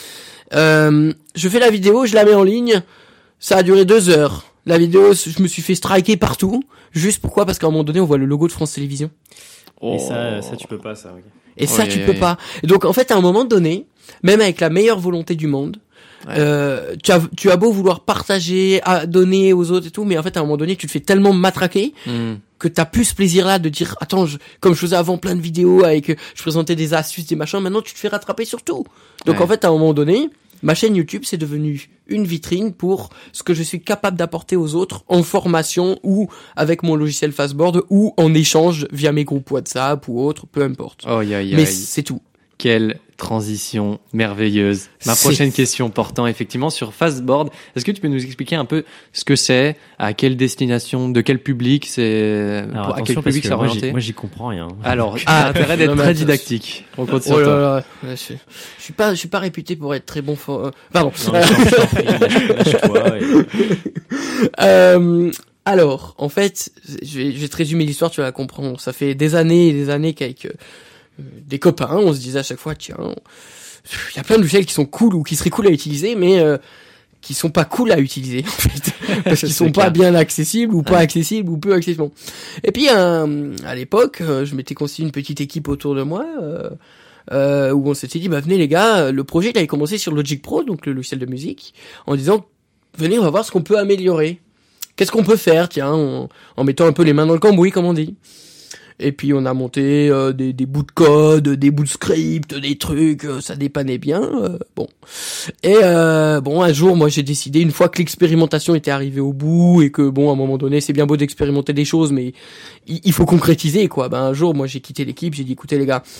Euh, je fais la vidéo, je la mets en ligne, ça a duré deux heures. La vidéo, je me suis fait striker partout. Juste pourquoi? Parce qu'à un moment donné, on voit le logo de France Télévisions. Oh. Et ça, ça tu peux pas ça. Okay. Et ça oui, tu oui, peux oui. pas. Et donc en fait, à un moment donné, même avec la meilleure volonté du monde, ouais. euh, tu as tu as beau vouloir partager, à donner aux autres et tout, mais en fait à un moment donné, tu te fais tellement matraquer. Mm. Que t'as plus ce plaisir-là de dire, attends, je, comme je faisais avant plein de vidéos avec, je présentais des astuces, des machins, maintenant tu te fais rattraper sur tout. Donc ouais. en fait, à un moment donné, ma chaîne YouTube, c'est devenu une vitrine pour ce que je suis capable d'apporter aux autres en formation ou avec mon logiciel Fastboard ou en échange via mes groupes WhatsApp ou autres, peu importe. Oh, aïe, aïe, Mais aïe. c'est tout. Quelle transition merveilleuse. Ma prochaine c'est... question portant effectivement sur Fastboard. Est-ce que tu peux nous expliquer un peu ce que c'est, à quelle destination, de quel public c'est, alors, pour, à quel public c'est orienté? Moi, moi, j'y comprends rien. Alors, ah, intérêt d'être très didactique. On compte sur oh là toi. Là, je, je suis pas, je suis pas réputé pour être très bon. For... Pardon. Non, lâche-toi. euh, alors, en fait, je vais, je vais te résumer l'histoire, tu vas la comprendre. Ça fait des années et des années qu'avec euh, des copains, on se disait à chaque fois, tiens, il y a plein de logiciels qui sont cool ou qui seraient cool à utiliser, mais euh, qui sont pas cool à utiliser, en fait, parce qu'ils sont pas bien accessibles ou pas ouais. accessibles ou peu accessibles. Et puis, euh, à l'époque, euh, je m'étais constitué une petite équipe autour de moi, euh, euh, où on s'était dit, bah venez les gars, le projet il avait commencé sur Logic Pro, donc le logiciel de musique, en disant, venez, on va voir ce qu'on peut améliorer. Qu'est-ce qu'on peut faire, tiens, en, en mettant un peu les mains dans le cambouis, comme on dit. Et puis on a monté euh, des, des bouts de code, des bouts de script, des trucs, euh, ça dépannait bien. Euh, bon. Et euh, bon, un jour, moi j'ai décidé, une fois que l'expérimentation était arrivée au bout et que bon, à un moment donné, c'est bien beau d'expérimenter des choses, mais il, il faut concrétiser, quoi. Ben un jour, moi j'ai quitté l'équipe, j'ai dit, écoutez les gars,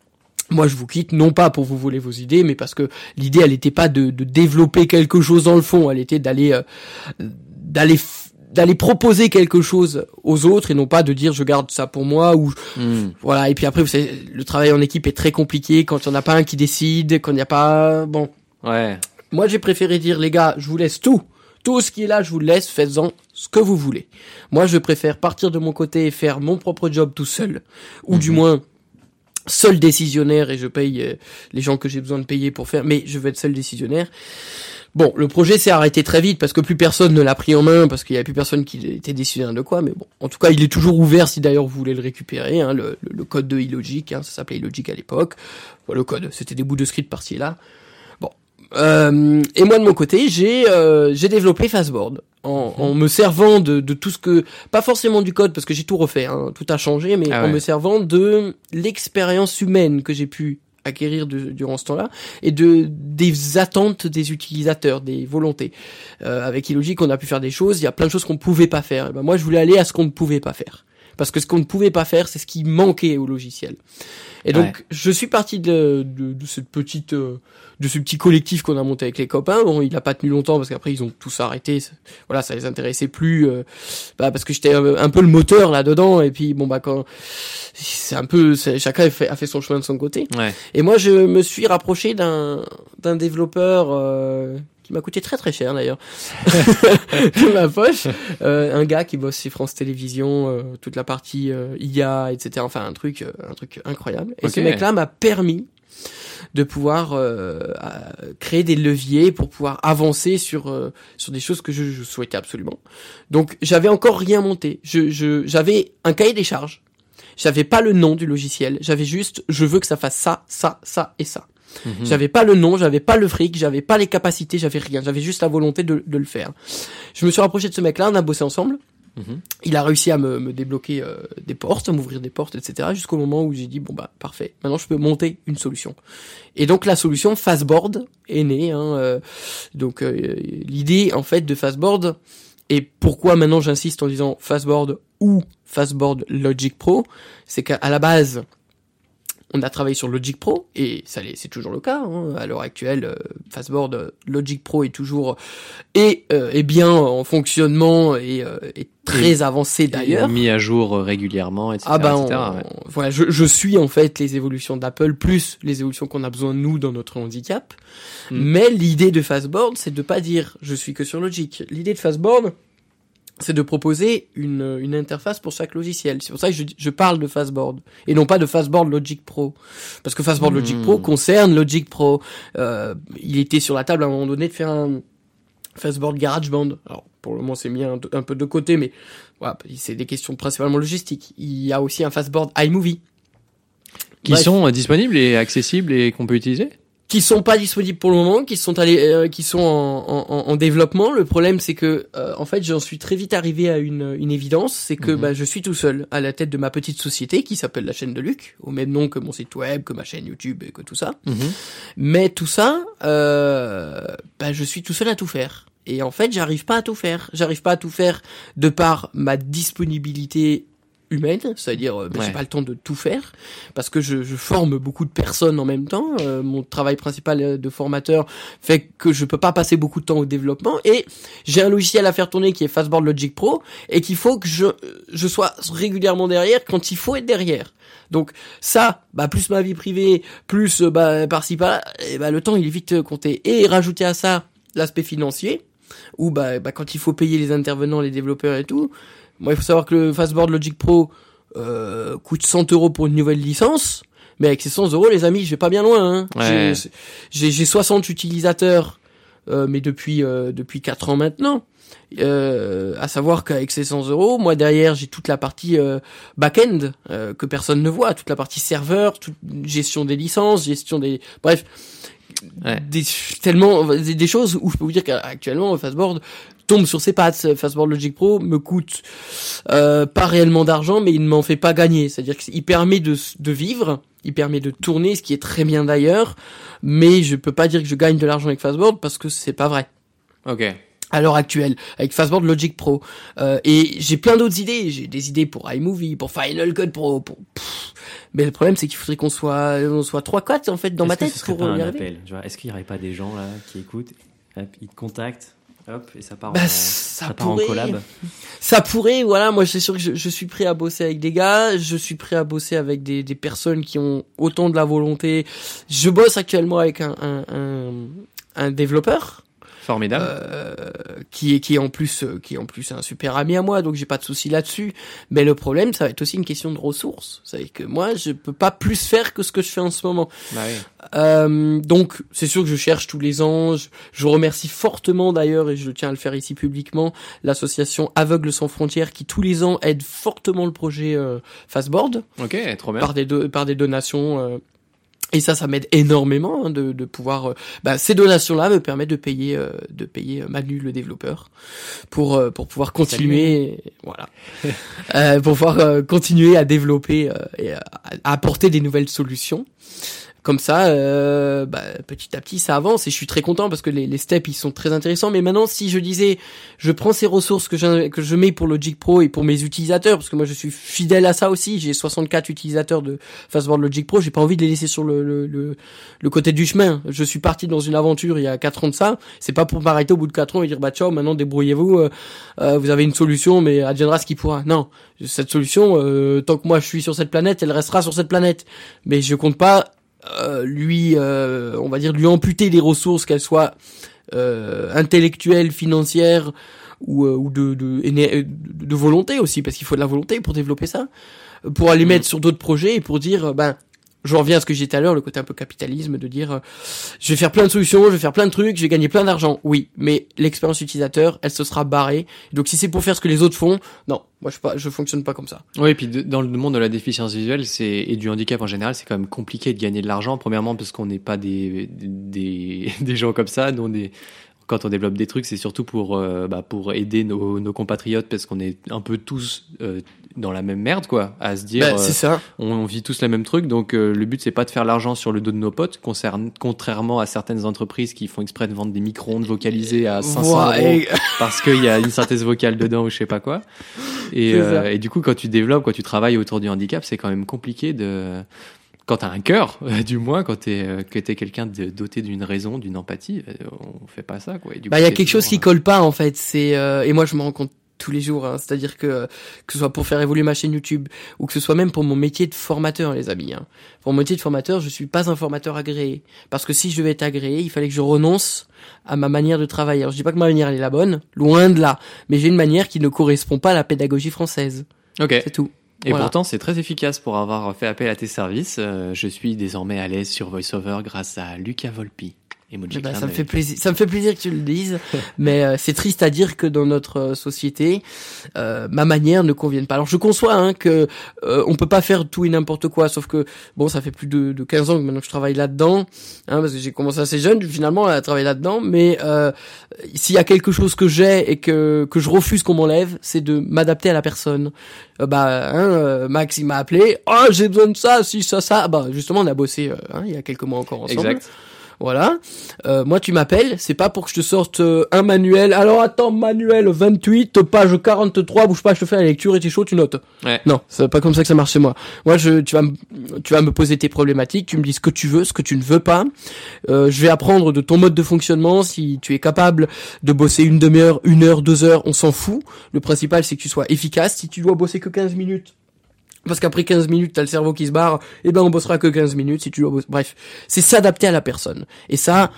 moi je vous quitte, non pas pour vous voler vos idées, mais parce que l'idée, elle était pas de, de développer quelque chose dans le fond, elle était d'aller euh, d'aller d'aller proposer quelque chose aux autres et non pas de dire je garde ça pour moi ou mm. voilà. Et puis après, vous savez, le travail en équipe est très compliqué quand il n'y en a pas un qui décide, quand il n'y a pas bon. Ouais. Moi, j'ai préféré dire les gars, je vous laisse tout, tout ce qui est là, je vous le laisse, faites-en ce que vous voulez. Moi, je préfère partir de mon côté et faire mon propre job tout seul, ou mm-hmm. du moins seul décisionnaire et je paye euh, les gens que j'ai besoin de payer pour faire, mais je veux être seul décisionnaire. Bon, le projet s'est arrêté très vite parce que plus personne ne l'a pris en main, parce qu'il y avait plus personne qui était décisionnaire de quoi, mais bon. En tout cas, il est toujours ouvert si d'ailleurs vous voulez le récupérer, hein, le, le, le code de iLogic, hein, ça s'appelait iLogic à l'époque. Bon, le code, c'était des bouts de script par-ci et là. Bon. Euh, et moi de mon côté, j'ai, euh, j'ai développé Fastboard. En, en me servant de, de tout ce que, pas forcément du code parce que j'ai tout refait, hein, tout a changé, mais ah ouais. en me servant de l'expérience humaine que j'ai pu acquérir de, durant ce temps-là et de des attentes des utilisateurs, des volontés. Euh, avec iLogic, on a pu faire des choses, il y a plein de choses qu'on ne pouvait pas faire. Et ben moi, je voulais aller à ce qu'on ne pouvait pas faire. Parce que ce qu'on ne pouvait pas faire, c'est ce qui manquait au logiciel. Et donc, ouais. je suis parti de, de, de cette petite, euh, de ce petit collectif qu'on a monté avec les copains. Bon, il a pas tenu longtemps parce qu'après ils ont tous arrêté. Voilà, ça les intéressait plus, euh, bah parce que j'étais un, un peu le moteur là dedans. Et puis bon bah quand c'est un peu, c'est, chacun a fait, a fait son chemin de son côté. Ouais. Et moi, je me suis rapproché d'un d'un développeur. Euh, qui m'a coûté très très cher d'ailleurs de ma poche, euh, un gars qui bosse chez France Télévisions, euh, toute la partie euh, I A, et cetera. Enfin un truc, euh, un truc incroyable. Et okay. ce mec-là m'a permis de pouvoir euh, créer des leviers pour pouvoir avancer sur euh, sur des choses que je, je souhaitais absolument. Donc j'avais encore rien monté. Je, je j'avais un cahier des charges. J'avais pas le nom du logiciel. J'avais juste je veux que ça fasse ça, ça, ça et ça. Mmh. J'avais pas le nom, j'avais pas le fric, j'avais pas les capacités, j'avais rien. J'avais juste la volonté de, de le faire. Je me suis rapproché de ce mec-là, on a bossé ensemble. Mmh. Il a réussi à me, me débloquer euh, des portes, à m'ouvrir des portes, et cetera. Jusqu'au moment où j'ai dit bon bah parfait, maintenant je peux monter une solution. Et donc la solution Fastboard est née. Hein, euh, donc euh, l'idée en fait de Fastboard, et pourquoi maintenant j'insiste en disant Fastboard ou Fastboard Logic Pro, c'est qu'à la base on a travaillé sur Logic Pro, et ça c'est toujours le cas. Hein. À l'heure actuelle, euh, Fastboard euh, Logic Pro est toujours est, euh, est bien en fonctionnement et euh, est très et, avancé d'ailleurs. Mis à jour régulièrement, et cetera. Ah ben, et cetera on, ouais. voilà, je, je suis en fait les évolutions d'Apple plus les évolutions qu'on a besoin nous dans notre handicap. Mm. Mais l'idée de Fastboard, c'est de pas dire je suis que sur Logic. L'idée de Fastboard, c'est de proposer une, une interface pour chaque logiciel. C'est pour ça que je, je parle de Fastboard, et non pas de Fastboard Logic Pro. Parce que Fastboard mmh. Logic Pro concerne Logic Pro. Euh, il était sur la table à un moment donné de faire un Fastboard GarageBand. Alors, pour le moment, c'est mis un, un peu de côté, mais voilà, c'est des questions principalement logistiques. Il y a aussi un Fastboard iMovie. Qui Bref. sont disponibles et accessibles et qu'on peut utiliser ? Qui sont pas disponibles pour le moment, qui sont allés, euh, qui sont en, en, en développement. Le problème, c'est que, euh, en fait, j'en suis très vite arrivé à une, une évidence, c'est que, mm-hmm. bah, je suis tout seul à la tête de ma petite société qui s'appelle la chaîne de Luc, au même nom que mon site web, que ma chaîne YouTube et que tout ça. Mm-hmm. Mais tout ça, euh, bah, je suis tout seul à tout faire. Et en fait, j'arrive pas à tout faire. J'arrive pas à tout faire de par ma disponibilité humaine, c'est-à-dire ben, ouais. j'ai pas le temps de tout faire parce que je, je forme beaucoup de personnes en même temps. Euh, mon travail principal de formateur fait que je peux pas passer beaucoup de temps au développement, et j'ai un logiciel à faire tourner qui est Fastboard Logic Pro et qu'il faut que je je sois régulièrement derrière quand il faut être derrière. Donc ça, bah plus ma vie privée, plus bah par-ci par-là, et bah le temps il est vite compté. Et rajouter à ça l'aspect financier, où bah, bah quand il faut payer les intervenants, les développeurs et tout. Moi, il faut savoir que le Fastboard Logic Pro euh, coûte cent euros pour une nouvelle licence, mais avec ces cent euros, les amis, je vais pas bien loin. Hein. Ouais. J'ai, j'ai, j'ai soixante utilisateurs, euh, mais depuis euh, depuis quatre ans maintenant. Euh, à savoir qu'avec ces cent euros, moi derrière, j'ai toute la partie euh, back-end euh, que personne ne voit, toute la partie serveur, toute gestion des licences, gestion des, bref, ouais. des tellement des, des choses où je peux vous dire qu'actuellement, Fastboard tombe sur ses pattes. Fastboard Logic Pro me coûte euh, pas réellement d'argent, mais il ne m'en fait pas gagner. C'est-à-dire qu'il permet de, de vivre, il permet de tourner, ce qui est très bien d'ailleurs, mais je peux pas dire que je gagne de l'argent avec Fastboard parce que c'est pas vrai. Ok. À l'heure actuelle, avec Fastboard Logic Pro. Euh, et j'ai plein d'autres idées. J'ai des idées pour iMovie, pour Final Cut Pro, pour... Pff. Mais le problème, c'est qu'il faudrait qu'on soit, on soit trois quatre en fait, dans Est-ce ma que tête ce serait pour pas y un arriver. appel, tu vois, est-ce qu'il y aurait pas des gens, là, qui écoutent, hop, ils te contactent, hop, et ça part, bah, en, ça ça part pourrait, en collab. Ça pourrait, voilà. Moi, c'est sûr que je, je suis prêt à bosser avec des gars. Je suis prêt à bosser avec des, des personnes qui ont autant de la volonté. Je bosse actuellement avec un, un, un, un développeur. Formidable. Euh, qui est qui est en plus qui est en plus un super ami à moi, donc j'ai pas de souci là-dessus. Mais le problème, ça va être aussi une question de ressources. C'est que moi, je peux pas plus faire que ce que je fais en ce moment. Bah oui. Euh, donc c'est sûr que je cherche tous les ans. Je, je remercie fortement d'ailleurs, et je tiens à le faire ici publiquement, l'association Aveugles sans frontières qui tous les ans aide fortement le projet euh, Fastboard. Ok, trop bien. Par des do- par des donations. Euh, Et ça, ça m'aide énormément hein, de, de pouvoir. Euh, bah, ces donations-là me permettent de payer, euh, de payer Manu le développeur pour euh, pour pouvoir continuer, et, voilà, euh, pour pouvoir euh, continuer à développer euh, et à, à apporter des nouvelles solutions. Comme ça, euh, bah, petit à petit, ça avance et je suis très content parce que les, les steps ils sont très intéressants. Mais maintenant, si je disais, je prends ces ressources que je, que je mets pour Logic Pro et pour mes utilisateurs, parce que moi je suis fidèle à ça aussi. J'ai soixante-quatre utilisateurs de Fastboard Logic Pro. J'ai pas envie de les laisser sur le, le, le, le côté du chemin. Je suis parti dans une aventure il y a quatre ans de ça. C'est pas pour m'arrêter au bout de quatre ans et dire bah ciao, maintenant débrouillez-vous. Euh, euh, vous avez une solution, mais adviendra ce qui pourra. Non, cette solution, euh, tant que moi je suis sur cette planète, elle restera sur cette planète. Mais je compte pas Euh, lui, euh, on va dire lui amputer les ressources, qu'elles soient euh, intellectuelles, financières ou, euh, ou de, de, de, de volonté aussi, parce qu'il faut de la volonté pour développer ça, pour aller mmh. mettre sur d'autres projets et pour dire, ben je reviens à ce que j'ai dit tout à l'heure, le côté un peu capitalisme, de dire euh, je vais faire plein de solutions, je vais faire plein de trucs, je vais gagner plein d'argent. Oui, mais l'expérience utilisateur, elle se sera barrée. Donc si c'est pour faire ce que les autres font, non, moi je pas, je fonctionne pas comme ça. Oui, et puis de, dans le monde de la déficience visuelle, c'est et du handicap en général, c'est quand même compliqué de gagner de l'argent. Premièrement parce qu'on n'est pas des des des gens comme ça, nous on est quand on développe des trucs, c'est surtout pour euh, bah, pour aider nos, nos compatriotes parce qu'on est un peu tous euh, dans la même merde, quoi, à se dire. Bah, c'est ça. Euh, on, on vit tous le même truc, donc euh, le but c'est pas de faire l'argent sur le dos de nos potes, concerne, contrairement à certaines entreprises qui font exprès de vendre des micro-ondes vocalisés à cinq cents Ouais, euros et- parce qu'il y a une synthèse vocale dedans ou je sais pas quoi. Et, C'est euh, ça. et du coup, quand tu développes, quand tu travailles autour du handicap, c'est quand même compliqué de. Quand t'as un cœur, euh, du moins, quand t'es euh, que t'es quelqu'un de, doté d'une raison, d'une empathie, euh, on fait pas ça, quoi. Et du Bah, coup, il y a c'est quelque chose qui toujours, colle pas, en fait. C'est, euh, et moi, je me rends compte tous les jours, hein. C'est-à-dire que, que ce soit pour faire évoluer ma chaîne YouTube, ou que ce soit même pour mon métier de formateur, les amis, hein. Pour mon métier de formateur, je suis pas un formateur agréé. Parce que si je devais être agréé, il fallait que je renonce à ma manière de travailler. Alors, je dis pas que ma manière, elle est la bonne. Loin de là. Mais j'ai une manière qui ne correspond pas à la pédagogie française. euh, Ok. C'est tout. Et Voilà. pourtant, c'est très efficace pour avoir fait appel à tes services. Euh, je suis désormais à l'aise sur VoiceOver grâce à Luca Volpi. Emoji Eh ben, clin ça me d'œil. fait plaisir, ça me fait plaisir que tu le dises, mais euh, c'est triste à dire que dans notre euh, société, euh, ma manière ne convienne pas. Alors je conçois hein, que euh, on peut pas faire tout et n'importe quoi, sauf que bon, ça fait plus de, de quinze ans que maintenant que je travaille là-dedans, hein, parce que j'ai commencé assez jeune finalement à travailler là-dedans. Mais euh, s'il y a quelque chose que j'ai et que que je refuse qu'on m'enlève, c'est de m'adapter à la personne. Euh, bah, hein, euh, Max il m'a appelé, oh j'ai besoin de ça, si ça ça. Bah justement on a bossé euh, hein, il y a quelques mois encore ensemble. Exact. Voilà. Euh, moi, tu m'appelles, c'est pas pour que je te sorte euh, un manuel. Alors attends, manuel vingt-huit, page quarante-trois, bouge pas, je te fais la lecture et t'es chaud, tu notes. Ouais. Non, c'est pas comme ça que ça marche chez moi. Moi, je, tu vas, me- tu vas me poser tes problématiques, tu me dis ce que tu veux, ce que tu ne veux pas. Euh, je vais apprendre de ton mode de fonctionnement. Si tu es capable de bosser une demi-heure, une heure, deux heures, on s'en fout. Le principal, c'est que tu sois efficace. Si tu dois bosser que quinze minutes. Parce qu'après quinze minutes, t'as le cerveau qui se barre, et ben on bossera que quinze minutes si tu dois bosser. Bref, c'est s'adapter à la personne. Et ça,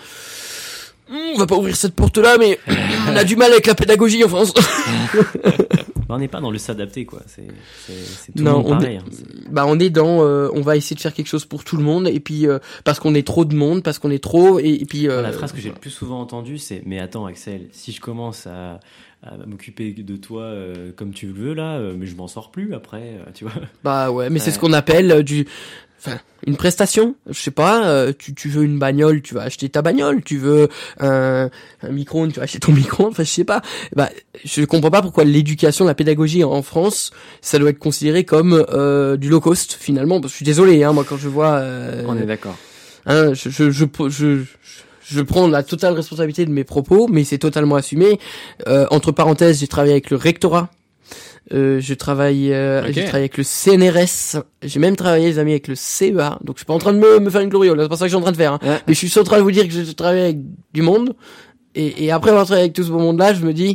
on va pas ouvrir cette porte-là, mais on a du mal avec la pédagogie en France. Bah, on n'est pas dans le s'adapter, quoi. C'est, c'est, c'est tout Non, le monde on pareil. est- hein. C'est- Bah on est dans, euh, on va essayer de faire quelque chose pour tout le monde, et puis euh, parce qu'on est trop de monde, parce qu'on est trop, et, et puis. Euh, La phrase que j'ai le plus souvent entendue, c'est mais attends Axel, si je commence à, à m'occuper de toi euh, comme tu le veux là, euh, mais je m'en sors plus après, euh, tu vois. Bah ouais, mais c'est Ouais. ce qu'on appelle euh, du, enfin, une prestation. Je sais pas, euh, tu, tu veux une bagnole, tu vas acheter ta bagnole. Tu veux un, un micro-ondes, tu vas acheter ton micro-ondes. Enfin, je sais pas. Bah, je comprends pas pourquoi l'éducation, la pédagogie en France, ça doit être considéré comme euh, du low cost finalement. Parce que je suis désolé, hein, moi quand je vois, euh, On est d'accord. hein, je, je, je, je, je, je prends la totale responsabilité de mes propos, mais c'est totalement assumé. Euh, entre parenthèses, j'ai travaillé avec le rectorat. Euh, je travaille, euh, Ok. j'ai travaillé avec le C N R S. J'ai même travaillé, les amis, avec le C E A. Donc, je suis pas en train de me, me faire une gloriole. C'est pas ça que je suis en train de faire. Hein. Ouais. Mais je suis en train de vous dire que je travaille avec du monde. Et, et après avoir travaillé avec tout ce beau monde-là, je me dis,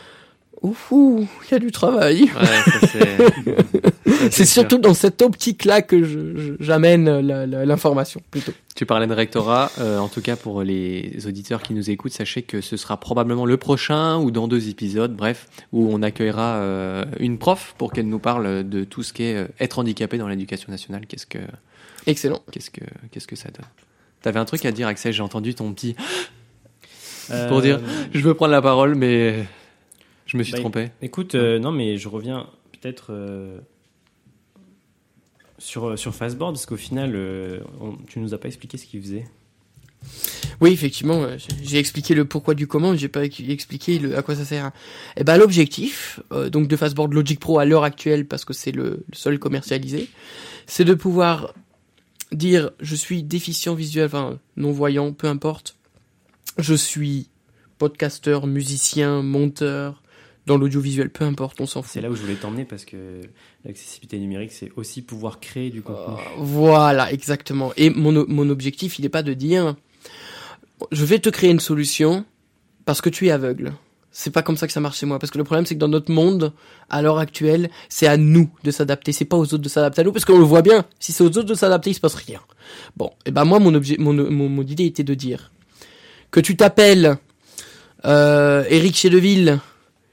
ouf, il y a du travail. Ouais, ça c'est. ça, C'est sûr. surtout dans cette optique-là que je, je- j'amène la- la- l'information, plutôt. Tu parlais de rectorat, euh, en tout cas pour les auditeurs qui nous écoutent, sachez que ce sera probablement le prochain ou dans deux épisodes, bref, où on accueillera euh, une prof pour qu'elle nous parle de tout ce qu'est euh, être handicapé dans l'éducation nationale. Qu'est-ce que, Excellent. qu'est-ce que, qu'est-ce que ça donne? T'avais un truc à dire, Axel, j'ai entendu ton petit. Euh, Pour dire, je veux prendre la parole, mais je me suis Bah, trompé. Écoute, euh, non mais je reviens peut-être euh, sur sur Fastboard parce qu'au final, euh, on- tu nous as pas expliqué ce qu'il faisait. Oui, effectivement, euh, j'ai- j'ai expliqué le pourquoi du comment, mais j'ai pas ex- expliqué le à quoi ça sert. Et ben l'objectif, euh, donc de Fastboard Logic Pro à l'heure actuelle, parce que c'est le, le seul commercialisé, c'est de pouvoir dire je suis déficient visuel, enfin non voyant, peu importe. Je suis podcasteur, musicien, monteur, dans l'audiovisuel, peu importe, on s'en fout. C'est là où je voulais t'emmener parce que l'accessibilité numérique, c'est aussi pouvoir créer du contenu. Euh, voilà, exactement. Et mon, o- mon objectif, il n'est pas de dire je vais te créer une solution parce que tu es aveugle. C'est pas comme ça que ça marche chez moi. Parce que le problème, c'est que dans notre monde, à l'heure actuelle, c'est à nous de s'adapter. C'est pas aux autres de s'adapter à nous. Parce qu'on le voit bien. Si c'est aux autres de s'adapter, il se passe rien. Bon, et ben moi, mon, objet, mon, mon, mon idée était de dire que tu t'appelles euh, Éric Chedeville,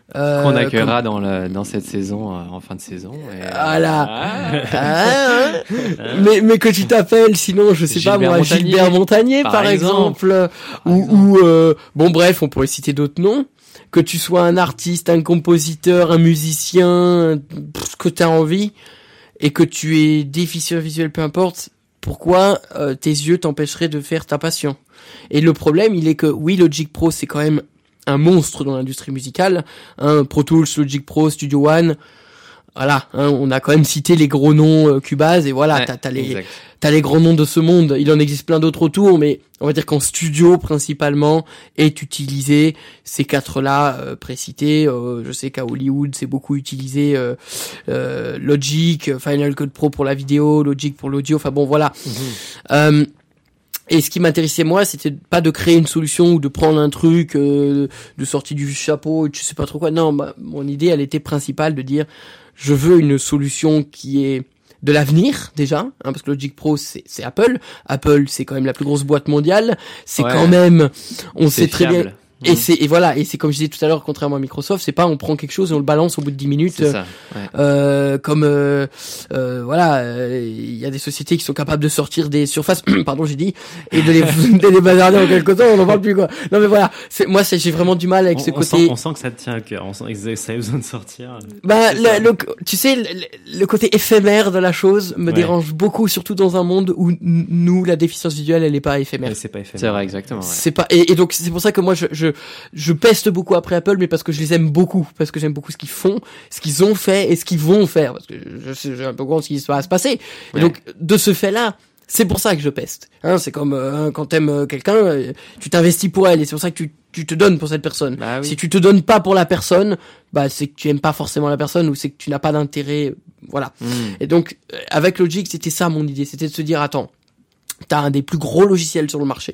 Euh, Qu'on accueillera comme... dans, le, dans cette saison, euh, en fin de saison. Et... Voilà. Ah. Ah, hein. mais, mais que tu t'appelles, sinon, je sais Gilbert pas moi, Montagnier, Gilbert Montagnier, par, par exemple. exemple. Par ou, exemple. ou euh, bon, bref, on pourrait citer d'autres noms. Que tu sois un artiste, un compositeur, un musicien, pff, que t'as envie, et que tu es déficient visuel, peu importe, pourquoi euh, tes yeux t'empêcheraient de faire ta passion? Et le problème, il est que, oui, Logic Pro, c'est quand même un monstre dans l'industrie musicale, hein, Pro Tools, Logic Pro, Studio One, voilà, hein, on a quand même cité les gros noms euh, Cubase, et voilà, Ouais, t'as, t'as les, exact. t'as les grands noms de ce monde, il en existe plein d'autres autour, mais on va dire qu'en studio, principalement, est utilisé ces quatre-là, euh, précités, euh, je sais qu'à Hollywood, c'est beaucoup utilisé, euh, euh, Logic, Final Cut Pro pour la vidéo, Logic pour l'audio, enfin bon, voilà. Mhm. Euh, Et ce qui m'intéressait moi, c'était pas de créer une solution ou de prendre un truc euh, de sortie du chapeau, je sais pas trop quoi. Non, ma, mon idée, elle était principale de dire, je veux une solution qui est de l'avenir déjà, hein, parce que Logic Pro c'est, c'est Apple. Apple, c'est quand même la plus grosse boîte mondiale. C'est Ouais. quand même, on C'est sait très fiable. bien. Et Mhm. c'est et voilà et c'est comme je disais tout à l'heure, contrairement à Microsoft, c'est pas on prend quelque chose et on le balance au bout de dix minutes. C'est ça. Ouais. Euh, comme euh, euh, voilà, il y a des sociétés qui sont capables de sortir des surfaces, pardon j'ai dit, et de les, de les bazarder en quelque temps, on n'en parle plus quoi. Non mais voilà, c'est, moi c'est, j'ai vraiment du mal avec on, ce on côté. Sent, on sent que ça te tient à cœur, on sent que ça a besoin de sortir. Bah, C'est ça. le, le, tu sais, le, le côté éphémère de la chose me Ouais. dérange beaucoup, surtout dans un monde où n- nous, la déficience visuelle, elle est pas éphémère. Mais c'est pas éphémère. C'est vrai, exactement. Ouais. C'est pas et, et donc c'est pour ça que moi je je je peste beaucoup après Apple, mais parce que je les aime beaucoup, parce que j'aime beaucoup ce qu'ils font, ce qu'ils ont fait et ce qu'ils vont faire, parce que je sais j'ai un peu compte ce qui va se passer. Ouais. Et donc de ce fait-là, c'est pour ça que je peste. Hein, c'est comme euh, quand t'aimes euh, quelqu'un, euh, tu t'investis pour elle et c'est pour ça que tu tu te donnes pour cette personne. Bah oui. Si tu te donnes pas pour la personne, bah c'est que tu aimes pas forcément la personne ou c'est que tu n'as pas d'intérêt, voilà. Mhm. Et donc euh, avec Logic, c'était ça mon idée, c'était de se dire attends, t'as un des plus gros logiciels sur le marché.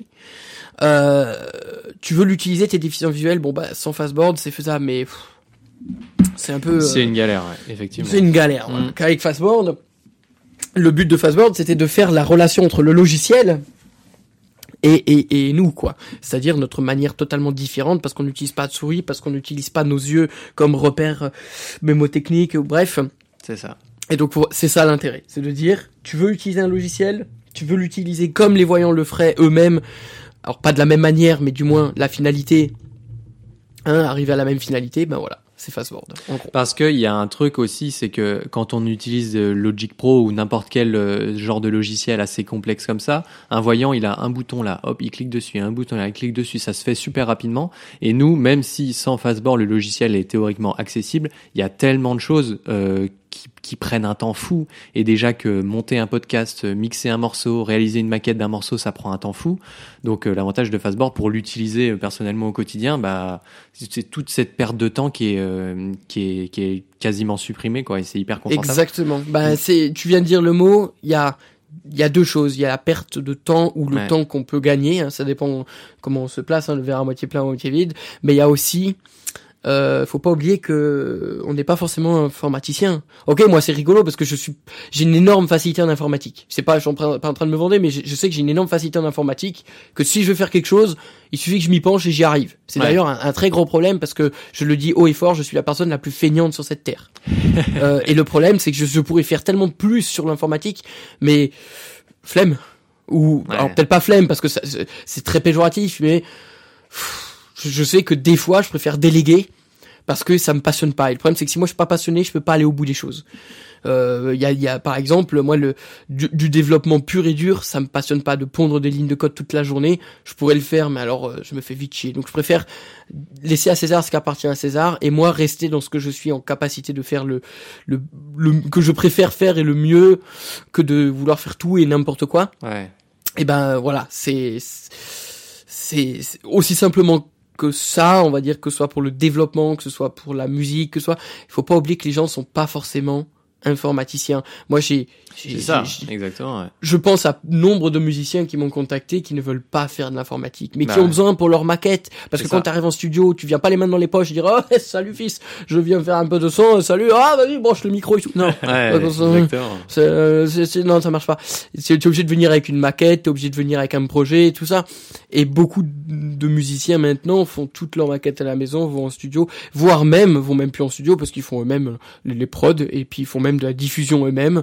Euh, tu veux l'utiliser, tes déficients visuels, bon bah sans fastboard c'est faisable, mais pff, c'est un peu. C'est euh, une galère, ouais, effectivement. c'est une galère. Mm. Ouais. Qu'avec fastboard, le but de fastboard c'était de faire la relation entre le logiciel et, et, et nous quoi. C'est-à-dire notre manière totalement différente parce qu'on n'utilise pas de souris, parce qu'on n'utilise pas nos yeux comme repère euh, mémotechnique, ou bref. C'est ça. Et donc pour- c'est ça l'intérêt, c'est de dire tu veux utiliser un logiciel, tu veux l'utiliser comme les voyants le feraient eux-mêmes. Alors pas de la même manière, mais du moins la finalité, hein, arriver à la même finalité, ben voilà, c'est fastboard. En gros. Parce qu'il y a un truc aussi, c'est que quand on utilise euh, Logic Pro ou n'importe quel euh, genre de logiciel assez complexe comme ça, un voyant, il a un bouton là, hop, il clique dessus, un bouton là, il clique dessus, ça se fait super rapidement. Et nous, même si sans fastboard, le logiciel est théoriquement accessible, il y a tellement de choses euh, qui, qui prennent un temps fou. Et déjà que monter un podcast, mixer un morceau, réaliser une maquette d'un morceau, ça prend un temps fou. Donc euh, l'avantage de fastboard pour l'utiliser euh, personnellement au quotidien, bah c'est toute cette perte de temps qui est euh, qui est qui est quasiment supprimée quoi. Et c'est hyper confortable. Exactement. Ben c'est, tu viens de dire le mot. Il y a il y a deux choses. Il y a la perte de temps ou le Ouais. temps qu'on peut gagner. Hein, ça dépend comment on se place, hein, le verre à moitié plein ou à moitié vide. Mais il y a aussi Euh, faut pas oublier que on n'est pas forcément informaticien. Ok, moi c'est rigolo parce que je suis, j'ai une énorme facilité en informatique. C'est pas, je suis pas en train de me vendre, mais je, je sais que j'ai une énorme facilité en informatique. Que si je veux faire quelque chose, il suffit que je m'y penche et j'y arrive. C'est Ouais. d'ailleurs un, un très gros problème parce que je le dis haut et fort, je suis la personne la plus feignante sur cette terre. euh, et le problème, c'est que je, je pourrais faire tellement plus sur l'informatique, mais flemme. Ou Ouais. alors peut-être pas flemme parce que ça, c'est, c'est très péjoratif, mais pff, je, je sais que des fois, je préfère déléguer parce que ça me passionne pas. Et le problème, c'est que si moi je suis pas passionné, je peux pas aller au bout des choses. Il euh, y, a, y a par exemple, moi, le du, du développement pur et dur, ça me passionne pas de pondre des lignes de code toute la journée. Je pourrais le faire, mais alors euh, je me fais vite chier. Donc je préfère laisser à César ce qui appartient à César et moi rester dans ce que je suis en capacité de faire le, le, le que je préfère faire et le mieux que de vouloir faire tout et n'importe quoi. Ouais. Et ben voilà, c'est c'est c'est aussi simplement que ça, on va dire, que ce soit pour le développement, que ce soit pour la musique, que ce soit, il faut pas oublier que les gens sont pas forcément informaticien. Moi, j'ai, j'ai C'est ça, j'ai- exactement. Ouais. je pense à nombre de musiciens qui m'ont contacté qui ne veulent pas faire de l'informatique, mais Bah qui ont ouais. besoin pour leur maquette. Parce C'est que quand ça. tu arrives en studio, tu viens pas les mains dans les poches et dire oh salut fils, je viens faire un peu de son, salut, ah vas-y branche le micro et tout. Non, Ouais, Ouais, parce que- exactement. c'est, euh, c'est, c'est- non ça marche pas. C'est, t'es obligé de venir avec une maquette, t'es obligé de venir avec un projet et tout ça. Et beaucoup de musiciens maintenant font toutes leurs maquettes à la maison, vont en studio, voire même vont même plus en studio parce qu'ils font eux-mêmes les, les prods et puis ils font même de la diffusion eux-mêmes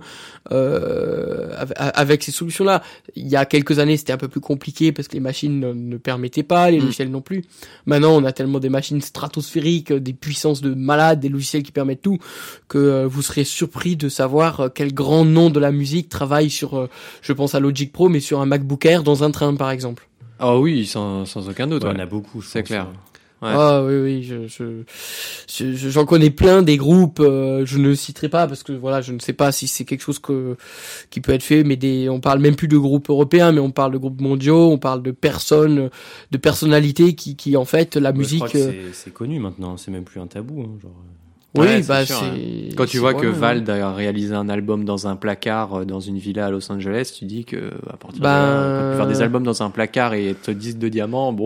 euh, avec, avec ces solutions-là. Il y a quelques années, c'était un peu plus compliqué parce que les machines ne, ne permettaient pas, les Mm. logiciels non plus. Maintenant, on a tellement des machines stratosphériques, des puissances de malades, des logiciels qui permettent tout, que euh, vous serez surpris de savoir euh, quel grand nom de la musique travaille sur, euh, je pense à Logic Pro, mais sur un MacBook Air dans un train, par exemple. Ah oui, sans, sans aucun doute. Ouais, Ouais. on a beaucoup, je C'est pense, clair. euh. Ouais. Ah oui, oui, je, je, je- je- j'en connais plein des groupes, euh, je ne citerai pas parce que voilà, je ne sais pas si c'est quelque chose que qui peut être fait, mais des, on parle même plus de groupes européens, mais on parle de groupes mondiaux, on parle de personnes, de personnalités qui, qui en fait la Ouais, je crois musique. que euh, c'est, c'est connu maintenant, c'est même plus un tabou. Hein, genre. oui, Ouais, c'est bah sûr, c'est. Quand tu c'est vois que vraiment- Vald a réalisé un album dans un placard euh, dans une villa à Los Angeles, tu dis que à partir Ben, de là, quand tu faire des albums dans un placard et être disque de diamant, bon.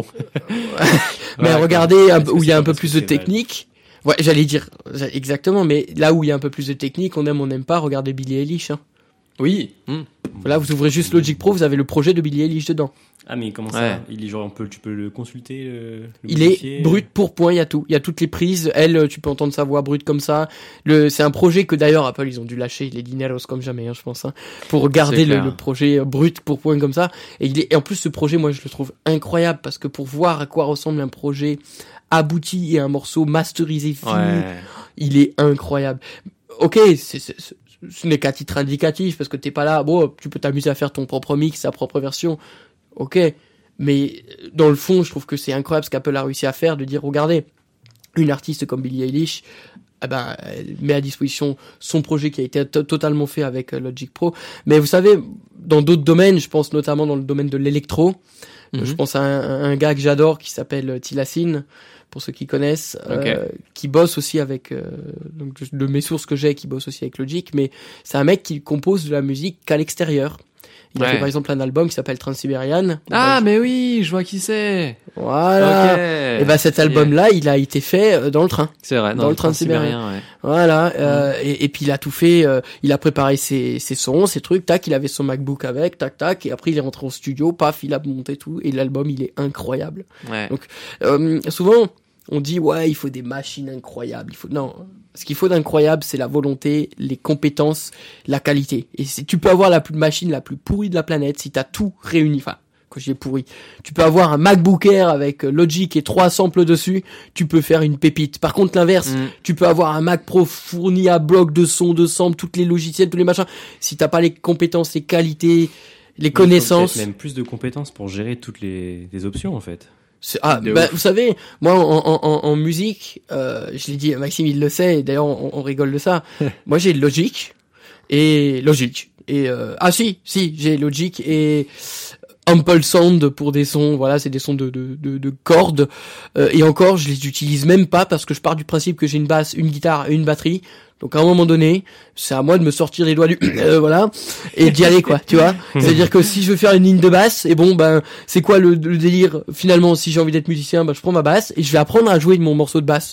Mais Ouais, regardez un Est-ce peu- que où il y c'est a un pas peu parce plus que de c'est Val technique. Ouais, j'allais dire exactement, mais là où il y a un peu plus de technique, on aime, on n'aime pas. Regardez Billie Eilish. Hein. Oui. Hmm. Là, vous ouvrez juste Logic Pro, vous avez le projet de Billie Eilish dedans. Ah mais comment Ouais. ça il est genre on peut tu peux le consulter le, le Il modifier est brut pour point, il y a tout. Il y a toutes les prises. Elle, tu peux entendre sa voix brute comme ça. Le, c'est un projet que d'ailleurs Apple, ils ont dû lâcher les dineros comme jamais, hein, je pense, hein, pour garder C'est le, clair. le projet euh, brut pour point comme ça. Et, il est, et en plus, ce projet, moi, je le trouve incroyable parce que pour voir à quoi ressemble un projet abouti et un morceau masterisé fini, Ouais. il est incroyable. Ok, c'est, c'est, c'est- ce n'est qu'à titre indicatif parce que t'es pas là. Bon, tu peux t'amuser à faire ton propre mix, sa propre version. Ok, mais dans le fond, je trouve que c'est incroyable ce qu'Apple a réussi à faire, de dire, regardez, une artiste comme Billie Eilish, eh ben, elle met à disposition son projet qui a été to- totalement fait avec euh, Logic Pro. Mais vous savez, dans d'autres domaines, je pense notamment dans le domaine de l'électro, Mhm. je pense à un, un gars que j'adore qui s'appelle Tilassine, pour ceux qui connaissent, euh, qui bosse aussi avec, euh, donc de mes sources que j'ai, qui bosse aussi avec Logic, mais c'est un mec qui compose de la musique qu'à l'extérieur. Il a Ouais. fait par exemple un album qui s'appelle Trans-Sibériane. Ah, mais oui, je vois qui c'est. Voilà. Ok. Et ben cet Ça y est. album-là, il a été fait euh, dans le train. C'est vrai, dans le train de Transsibérien, ouais. Voilà. Euh, et, et puis il a tout fait. Euh, il a préparé ses, ses sons, ses trucs. Tac, il avait son MacBook avec. Tac, tac. Et après il est rentré au studio. Paf, il a monté tout. Et l'album, il est incroyable. Ouais. Donc, Euh, souvent, on dit ouais, il faut des machines incroyables. Il faut non. Ce qu'il faut d'incroyable, c'est la volonté, les compétences, la qualité. Et si tu peux avoir la plus machine la plus pourrie de la planète, si t'as tout réuni. Enfin, quand je dis pourri, tu peux avoir un MacBook Air avec Logic et trois samples dessus, tu peux faire une pépite. Par contre, l'inverse, Mm. tu peux avoir un Mac Pro fourni à bloc de son, de samples, toutes les logiciels, tous les machins. Si t'as pas les compétences, les qualités, les connaissances. même plus de compétences pour gérer toutes les, les options en fait. C'est- Ah, De bah, ouf. vous savez, moi en, en, en, en musique, euh, je l'ai dit, Maxime il le sait, et d'ailleurs on, on rigole de ça. Moi j'ai Logic et Logic et euh, ah si si j'ai Logic et Ample Sound pour des sons, voilà, c'est des sons de de de, de cordes euh, et encore je les utilise même pas parce que je pars du principe que j'ai une basse, une guitare et une batterie. Donc à un moment donné, c'est à moi de me sortir les doigts du euh, voilà et d'y aller quoi, tu vois. C'est-à-dire que si je veux faire une ligne de basse, et bon ben c'est quoi le, le délire finalement si j'ai envie d'être musicien, ben je prends ma basse et je vais apprendre à jouer de mon morceau de basse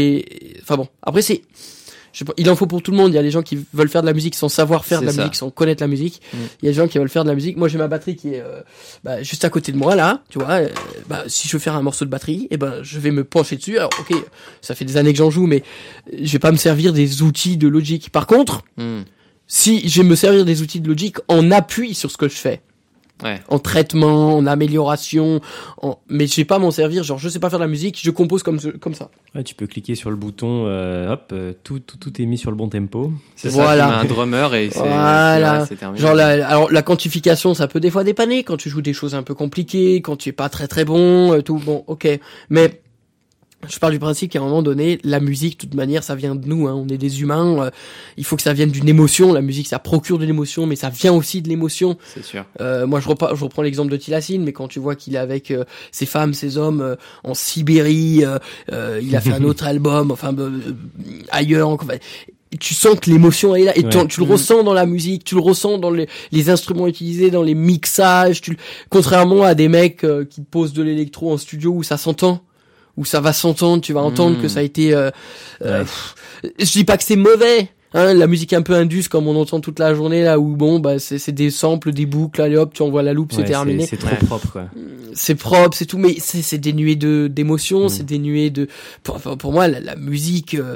et enfin bon, après c'est je sais pas, il en faut pour tout le monde. Il y a des gens qui veulent faire de la musique sans savoir faire de la C'est ça. musique, sans connaître la musique. Mm. Il y a des gens qui veulent faire de la musique. Moi, j'ai ma batterie qui est euh, bah, juste à côté de moi, là. Tu vois, euh, bah, si je veux faire un morceau de batterie, eh ben, je vais me pencher dessus. Alors, ok, ça fait des années que j'en joue, mais je vais pas me servir des outils de Logic. Par contre, Mm. si je vais me servir des outils de Logic en appui sur ce que je fais, Ouais. en traitement, en amélioration, en... mais je vais pas m'en servir. Genre, je sais pas faire de la musique, je compose comme comme ça. Ouais, tu peux cliquer sur le bouton, euh, hop, euh, tout, tout, tout est mis sur le bon tempo. C'est Voilà. ça, tu mets un drummer et c'est Voilà. ouais, c'est terminé. Genre la, alors la quantification, ça peut des fois dépanner quand tu joues des choses un peu compliquées, quand tu es pas très très bon, euh, tout bon, ok. Mais je pars du principe qu'à un moment donné, la musique, de toute manière, ça vient de nous. Hein, on est des humains. Euh, il faut que ça vienne d'une émotion. La musique, ça procure de l'émotion, mais ça vient aussi de l'émotion. C'est sûr. Euh, moi, je reprends, je reprends l'exemple de Tilassine, mais quand tu vois qu'il est avec euh, ses femmes, ses hommes euh, en Sibérie, euh, euh, il a fait un autre album, enfin euh, ailleurs. Enfin, tu sens que l'émotion est là, et Ouais. tu le Mmh. ressens dans la musique, tu le ressens dans les, les instruments utilisés, dans les mixages, tu, le- contrairement à des mecs euh, qui posent de l'électro en studio où ça s'entend, où ça va s'entendre, tu vas entendre Mmh. que ça a été, euh, euh, Ouais. pff, je dis pas que c'est mauvais, hein, la musique un peu indus comme on entend toute la journée là, où bon, bah, c'est, c'est des samples, des boucles, allez hop, tu envoies la loupe, Ouais, c'est terminé. C'est trop Ouais. propre, quoi. C'est propre, c'est tout, mais c'est, c'est dénué de d'émotion, Mm. c'est dénué de. Pour, pour, pour moi, la, la musique, euh,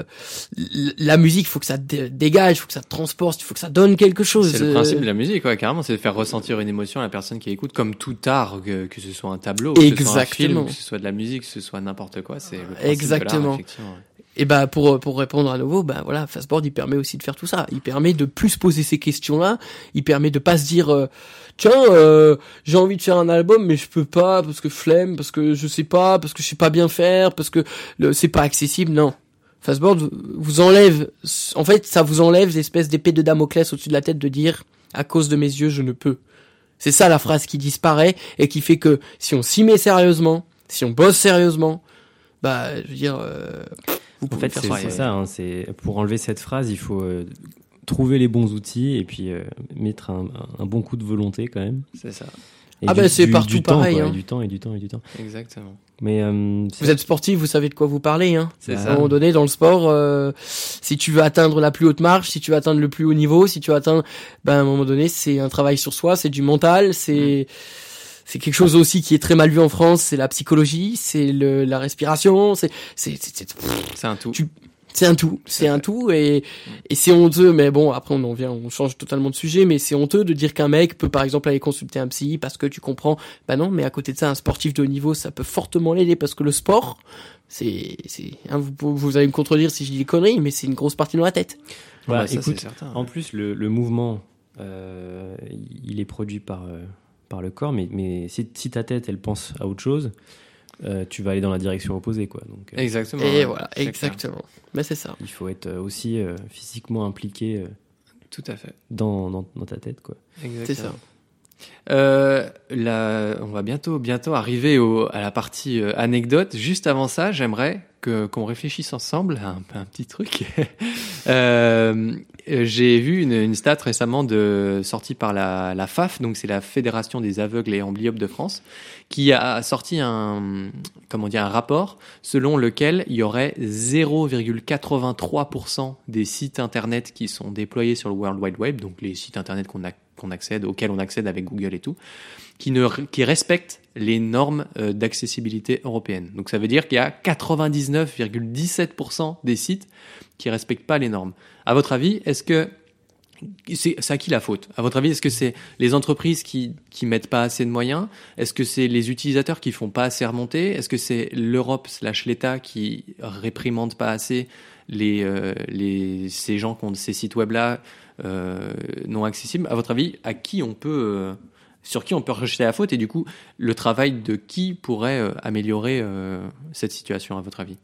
la musique, faut que ça dé- dégage, faut que ça transporte, il faut que ça donne quelque chose. C'est le euh, principe de la musique, ouais, carrément, c'est de faire ressentir une émotion à la personne qui écoute, comme tout art, que, que ce soit un tableau, que ce soit un film, Exactement. que ce soit de la musique, que ce soit n'importe quoi, c'est le principe de l'art, Exactement. effectivement. Et bah pour pour répondre à nouveau, bah voilà, Fastboard il permet aussi de faire tout ça. Il permet de plus se poser ces questions-là. Il permet de pas se dire euh, tiens euh, j'ai envie de faire un album mais je peux pas parce que flemme, parce que je sais pas, parce que je sais pas bien faire, parce que le, c'est pas accessible. Non. Fastboard vous enlève, en fait ça vous enlève l'espèce d'épée de Damoclès au-dessus de la tête de dire à cause de mes yeux je ne peux. C'est ça la phrase qui disparaît et qui fait que si on s'y met sérieusement, si on bosse sérieusement, bah je veux dire euh, vous En pouvez fait, faire c'est ça. c'est ça. Hein, c'est pour enlever cette phrase, il faut euh, trouver les bons outils et puis euh, mettre un, un bon coup de volonté quand même. C'est ça, Et Ah du- ben, c'est du- partout du temps, pareil, quoi, hein. et du temps et du temps et du temps. exactement. Mais euh, c'est- Vous êtes sportif, vous savez de quoi vous parlez, hein. C'est Bah, À ça. un moment donné, dans le sport, euh, si tu veux atteindre la plus haute marche, si tu veux atteindre le plus haut niveau, si tu veux atteindre, ben, à un moment donné, c'est un travail sur soi, c'est du mental, c'est, c'est quelque chose aussi qui est très mal vu en France, c'est la psychologie, c'est le, la respiration, c'est, c'est, c'est, c'est, C'est un tout. Tu- c'est un tout, c'est C'est un vrai. tout, et, et c'est honteux, mais bon, après on en vient, on change totalement de sujet, mais c'est honteux de dire qu'un mec peut par exemple aller consulter un psy parce que tu comprends, bah non, mais à côté de ça, un sportif de haut niveau, ça peut fortement l'aider parce que le sport, c'est, c'est, hein, vous, vous allez me contredire si je dis des conneries, mais c'est une grosse partie dans la tête. Bah, Ouais, ça, écoute, c'est certain. en plus, le, le mouvement, euh, il est produit par, euh, par le corps, mais, mais si, si ta tête, elle pense à autre chose, euh, tu vas aller dans la direction opposée, quoi. Donc, euh, Exactement. Et ouais, voilà, c'est clair. exactement. Mais c'est ça. il faut être euh, aussi euh, physiquement impliqué euh, Tout à fait. dans, dans, dans ta tête, quoi. Exactement. C'est ça. Euh, là, on va bientôt, bientôt arriver au, à la partie euh, anecdote. Juste avant ça, j'aimerais que qu'on réfléchisse ensemble à un, un petit truc. euh, j'ai vu une, une stat récemment de sortie par la, la F A F, donc c'est la Fédération des aveugles et amblyopes de France, qui a sorti un comment dire un rapport selon lequel il y aurait zéro virgule quatre-vingt-trois pour cent des sites internet qui sont déployés sur le World Wide Web, donc les sites internet qu'on a qu'on accède, auxquels on accède avec Google et tout, qui, ne, qui respectent les normes euh, d'accessibilité européennes. Donc ça veut dire qu'il y a quatre-vingt-dix-neuf virgule dix-sept pour cent des sites qui respectent pas les normes. À votre avis, est-ce que c'est, c'est à qui la faute? À votre avis, est-ce que c'est les entreprises qui qui mettent pas assez de moyens? Est-ce que c'est les utilisateurs qui font pas assez remonter? Est-ce que c'est l'Europe slash l'État qui réprimande pas assez les euh, les ces gens qui ont ces sites web là euh, non accessibles? À votre avis, à qui on peut euh, sur qui on peut rejeter la faute, et du coup le travail de qui pourrait euh, améliorer euh, cette situation à votre avis?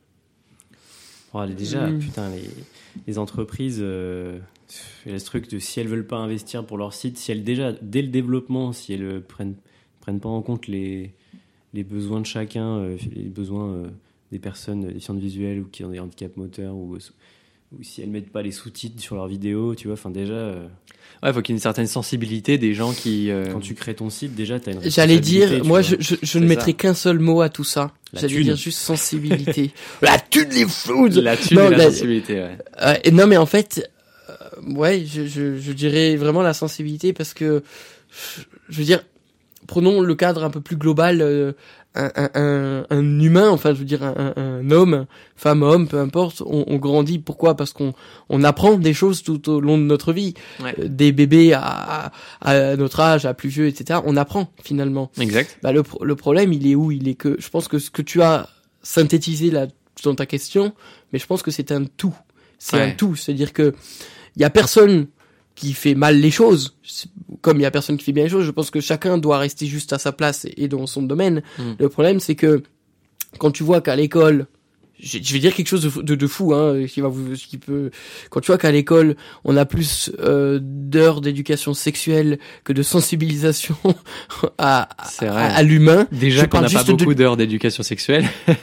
Oh, déjà, Mm. putain, les, les entreprises, euh, il y a ce truc de si elles veulent pas investir pour leur site, si elles déjà, dès le développement, si elles euh, prennent, prennent pas en compte les, les besoins de chacun, euh, les besoins euh, des personnes déficientes visuelles ou qui ont des handicaps moteurs, ou, ou si elles mettent pas les sous-titres sur leurs vidéos, tu vois, enfin déjà, euh, Ouais, il faut qu'il y ait une certaine sensibilité des gens qui. euh, quand tu crées ton site, déjà, t'as une J'allais responsabilité, dire, tu moi, vois. je, je, je C'est ne ça. mettrai qu'un seul mot à tout ça. La J'allais thune. dire juste sensibilité. La thune, les fous. La thune Non, et la, la- sensibilité, ouais. Euh, et non, mais en fait, euh, ouais, je, je, je dirais vraiment la sensibilité parce que, je veux dire, prenons le cadre un peu plus global, euh, un, un, un, un humain, enfin, je veux dire, un, un, un homme, femme, homme, peu importe, on, on grandit. Pourquoi? Parce qu'on on apprend des choses tout au long de notre vie. Ouais. Euh, Des bébés à, à, à notre âge, à plus vieux, et cetera. On apprend finalement. Exact. Bah, le, pro- le problème, il est où? Il est que je pense que ce que tu as synthétisé là dans ta question, mais je pense que c'est un tout. C'est Ouais. un tout. C'est-à-dire que il y a personne qui fait mal les choses, C'est- comme il y a personne qui fait bien les choses. Je pense que chacun doit rester juste à sa place et, et dans son domaine. Mm. Le problème, c'est que quand tu vois qu'à l'école, je je vais dire quelque chose de, fou- de, de fou, hein, qui va vous, qui peut, quand tu vois qu'à l'école, on a plus euh, d'heures d'éducation sexuelle que de sensibilisation à, C'est à, vrai. à l'humain. Déjà Je qu'on parle n'a pas juste de- beaucoup d'heures d'éducation sexuelle. Donc,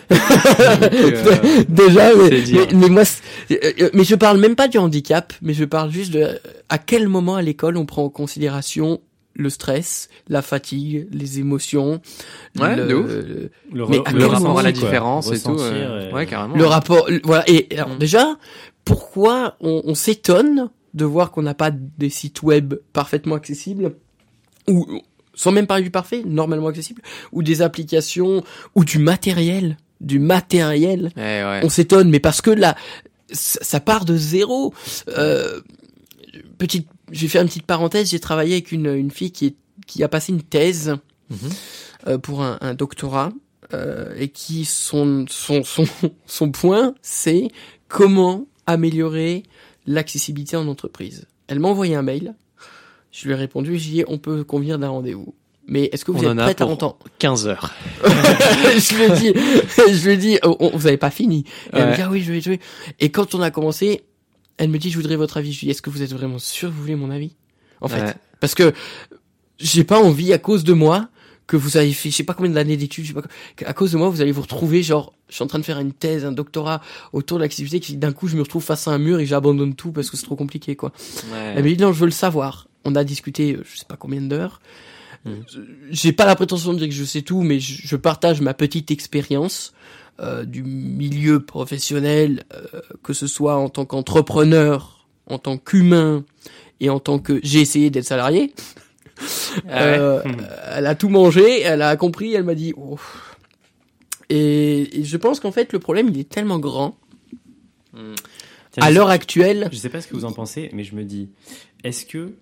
euh, Déjà, mais, c'est dire. mais, mais moi, c'est- euh, mais je parle même pas du handicap, mais je parle juste de à quel moment à l'école on prend en considération le stress, la fatigue, les émotions, Ouais, le, de ouf. le, Le, Mais re- à le quel rapport moment, à la quoi, différence et tout. ressentir, euh, et- Ouais, carrément. le rapport. le- Voilà. Et alors Mm. déjà, pourquoi on, on s'étonne de voir qu'on n'a pas des sites web parfaitement accessibles ou sans même parler du parfait, normalement accessible, ou des applications ou du matériel, du matériel. Ouais, ouais. On s'étonne, mais parce que là, ça ça part de zéro. Euh, petite, j'ai fait une petite parenthèse. J'ai travaillé avec une, une fille qui, est, qui a passé une thèse Mhm. euh, pour un, un doctorat euh, et qui son son son son point, c'est comment améliorer l'accessibilité en entreprise. Elle m'a envoyé un mail. Je lui ai répondu. J'ai dit on peut convenir d'un rendez-vous. Mais est-ce que vous On êtes en a prête à pour entendre quinze heures. Je lui ai dit, je lui ai dit, oh, oh, vous avez pas fini. Et Elle me Ouais. dit ah oui, je vais, je vais. Et quand on a commencé, elle me dit je voudrais votre avis. Je lui dis est-ce que vous êtes vraiment sûr que vous voulez mon avis En fait, Ouais. parce que j'ai pas envie à cause de moi que vous avez fait, je sais pas combien d'années d'études, je sais pas, à cause de moi vous allez vous retrouver genre, je suis en train de faire une thèse, un doctorat autour de l'accessibilité, qui d'un coup je me retrouve face à un mur et j'abandonne tout parce que c'est trop compliqué quoi. Ouais. Elle me dit non, je veux le savoir. On a discuté, euh, je sais pas combien d'heures. Mhm. J'ai pas la prétention de dire que je sais tout, mais je, je partage ma petite expérience euh, du milieu professionnel, euh, que ce soit en tant qu'entrepreneur, en tant qu'humain et en tant que j'ai essayé d'être salarié. Ah ouais. Euh, Mhm. Elle a tout mangé, elle a compris, elle m'a dit. Oh. Et, et je pense qu'en fait le problème il est tellement grand Mhm. Tiens, à je- l'heure actuelle. Je sais pas ce que vous en pensez, mais je me dis, est-ce que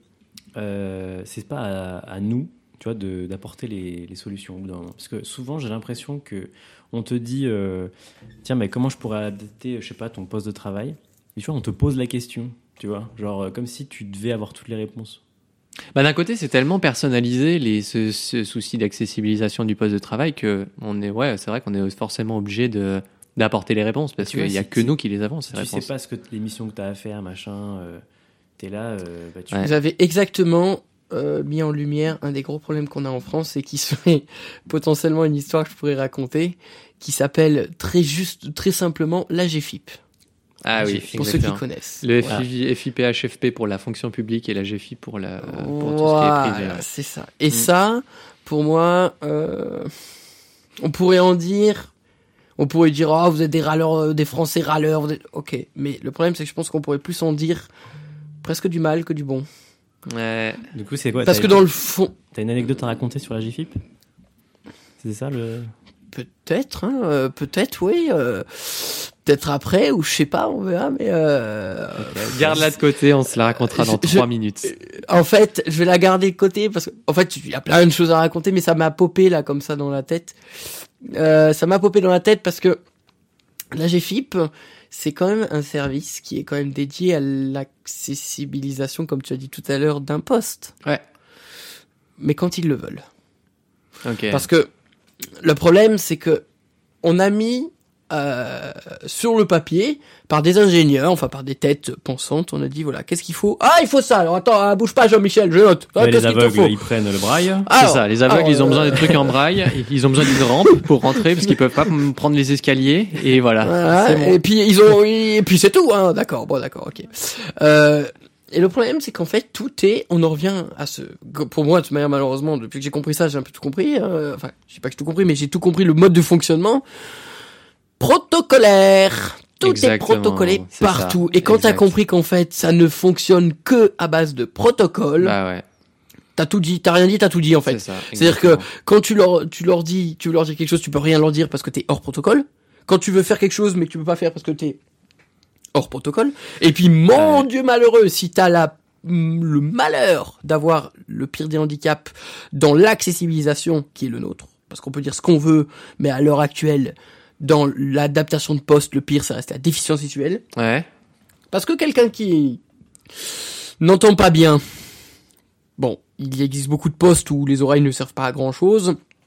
euh, c'est pas à, à nous, tu vois, de- d'apporter les, les solutions au bout d'un moment. Parce que souvent, j'ai l'impression que on te dit, euh, tiens, mais comment je pourrais adapter, je sais pas, ton poste de travail. Et tu vois, on te pose la question, tu vois, genre euh, comme si tu devais avoir toutes les réponses. Bah, d'un côté, c'est tellement personnalisé les ce, ce souci d'accessibilisation du poste de travail que on est ouais, c'est vrai qu'on est forcément obligé de d'apporter les réponses parce Tu qu'il vois, y a si- que si- nous qui les avons ces Tu sais réponses. pas ce que les missions que tu as à faire, machin. Euh, T'es là, euh, bah, tu. Ouais. Vous avez exactement euh, mis en lumière un des gros problèmes qu'on a en France et qui serait potentiellement une histoire que je pourrais raconter, qui s'appelle très juste, très simplement la G F I P, Ah oui, pour ceux qui exactement. connaissent. Le Voilà. F I, F I P H F P pour la fonction publique et la G F I pour la pour tout ce qui Voilà, est privé. ouais. c'est ça. Et Mm. ça, pour moi, euh, on pourrait en dire, on pourrait dire, ah, vous êtes des râleurs, euh, des Français râleurs. Vous êtes... Ok, mais le problème, c'est que je pense qu'on pourrait plus en dire presque du mal que du bon. Ouais. Du coup, c'est quoi Parce t'as- que dans le fond, T'as une anecdote à raconter sur la G F I P? C'est ça le. peut-être, hein, euh, peut-être, oui. euh, peut-être après, ou je sais pas, on verra, mais... Euh, Garde-la de côté, on se la racontera dans Je- trois je- minutes. En fait, je vais la garder de côté parce que, en fait, il y a plein de choses à raconter, mais ça m'a popé là comme ça dans la tête. Euh, ça m'a popé dans la tête parce que la G F I P, c'est quand même un service qui est quand même dédié à l'accessibilisation, comme tu as dit tout à l'heure, d'un poste. Ouais. Mais quand ils le veulent. Ok. Parce que le problème, c'est que on a mis euh, sur le papier, par des ingénieurs, enfin par des têtes pensantes, on a dit voilà, qu'est-ce qu'il faut? Ah, il faut ça. Alors attends, ah, bouge pas, Jean-Michel, je note. Ah, Ouais, les qu'est-ce qu'il te aveugles, faut? ils prennent le braille. C'est Alors, ça, les aveugles, alors, ils ont besoin euh, des trucs en braille, et ils ont besoin d'une rampe pour rentrer parce qu'ils peuvent pas m- prendre les escaliers, et voilà. Voilà, C'est bon. et puis ils ont, oui, et puis c'est tout, hein. D'accord, bon, d'accord, ok. Euh, et le problème, c'est qu'en fait, tout est, on en revient à ce, pour moi, de toute manière, malheureusement, depuis que j'ai compris ça, j'ai un peu tout compris. euh, enfin, je sais pas que j'ai tout compris, mais j'ai tout compris le mode de fonctionnement protocolaire. Tout Exactement, est protocolé c'est ça. partout. Et quand t'as Exact. compris qu'en fait, ça ne fonctionne que à base de protocole, Bah ouais, t'as tout dit, t'as rien dit, t'as tout dit en fait. c'est ça. C'est-à-dire que exactement. quand tu leur, tu leur dis, tu veux leur dire quelque chose, tu peux rien leur dire parce que t'es hors protocole. Quand tu veux faire quelque chose, mais que tu peux pas faire parce que t'es hors protocole. Et puis, mon Ouais. Dieu malheureux, si t'as la, le malheur d'avoir le pire des handicaps dans l'accessibilisation qui est le nôtre, parce qu'on peut dire ce qu'on veut, mais à l'heure actuelle, dans l'adaptation de poste, le pire, ça reste la déficience visuelle. Ouais. Parce que quelqu'un qui n'entend pas bien, bon, il existe beaucoup de postes où les oreilles ne servent pas à grand chose.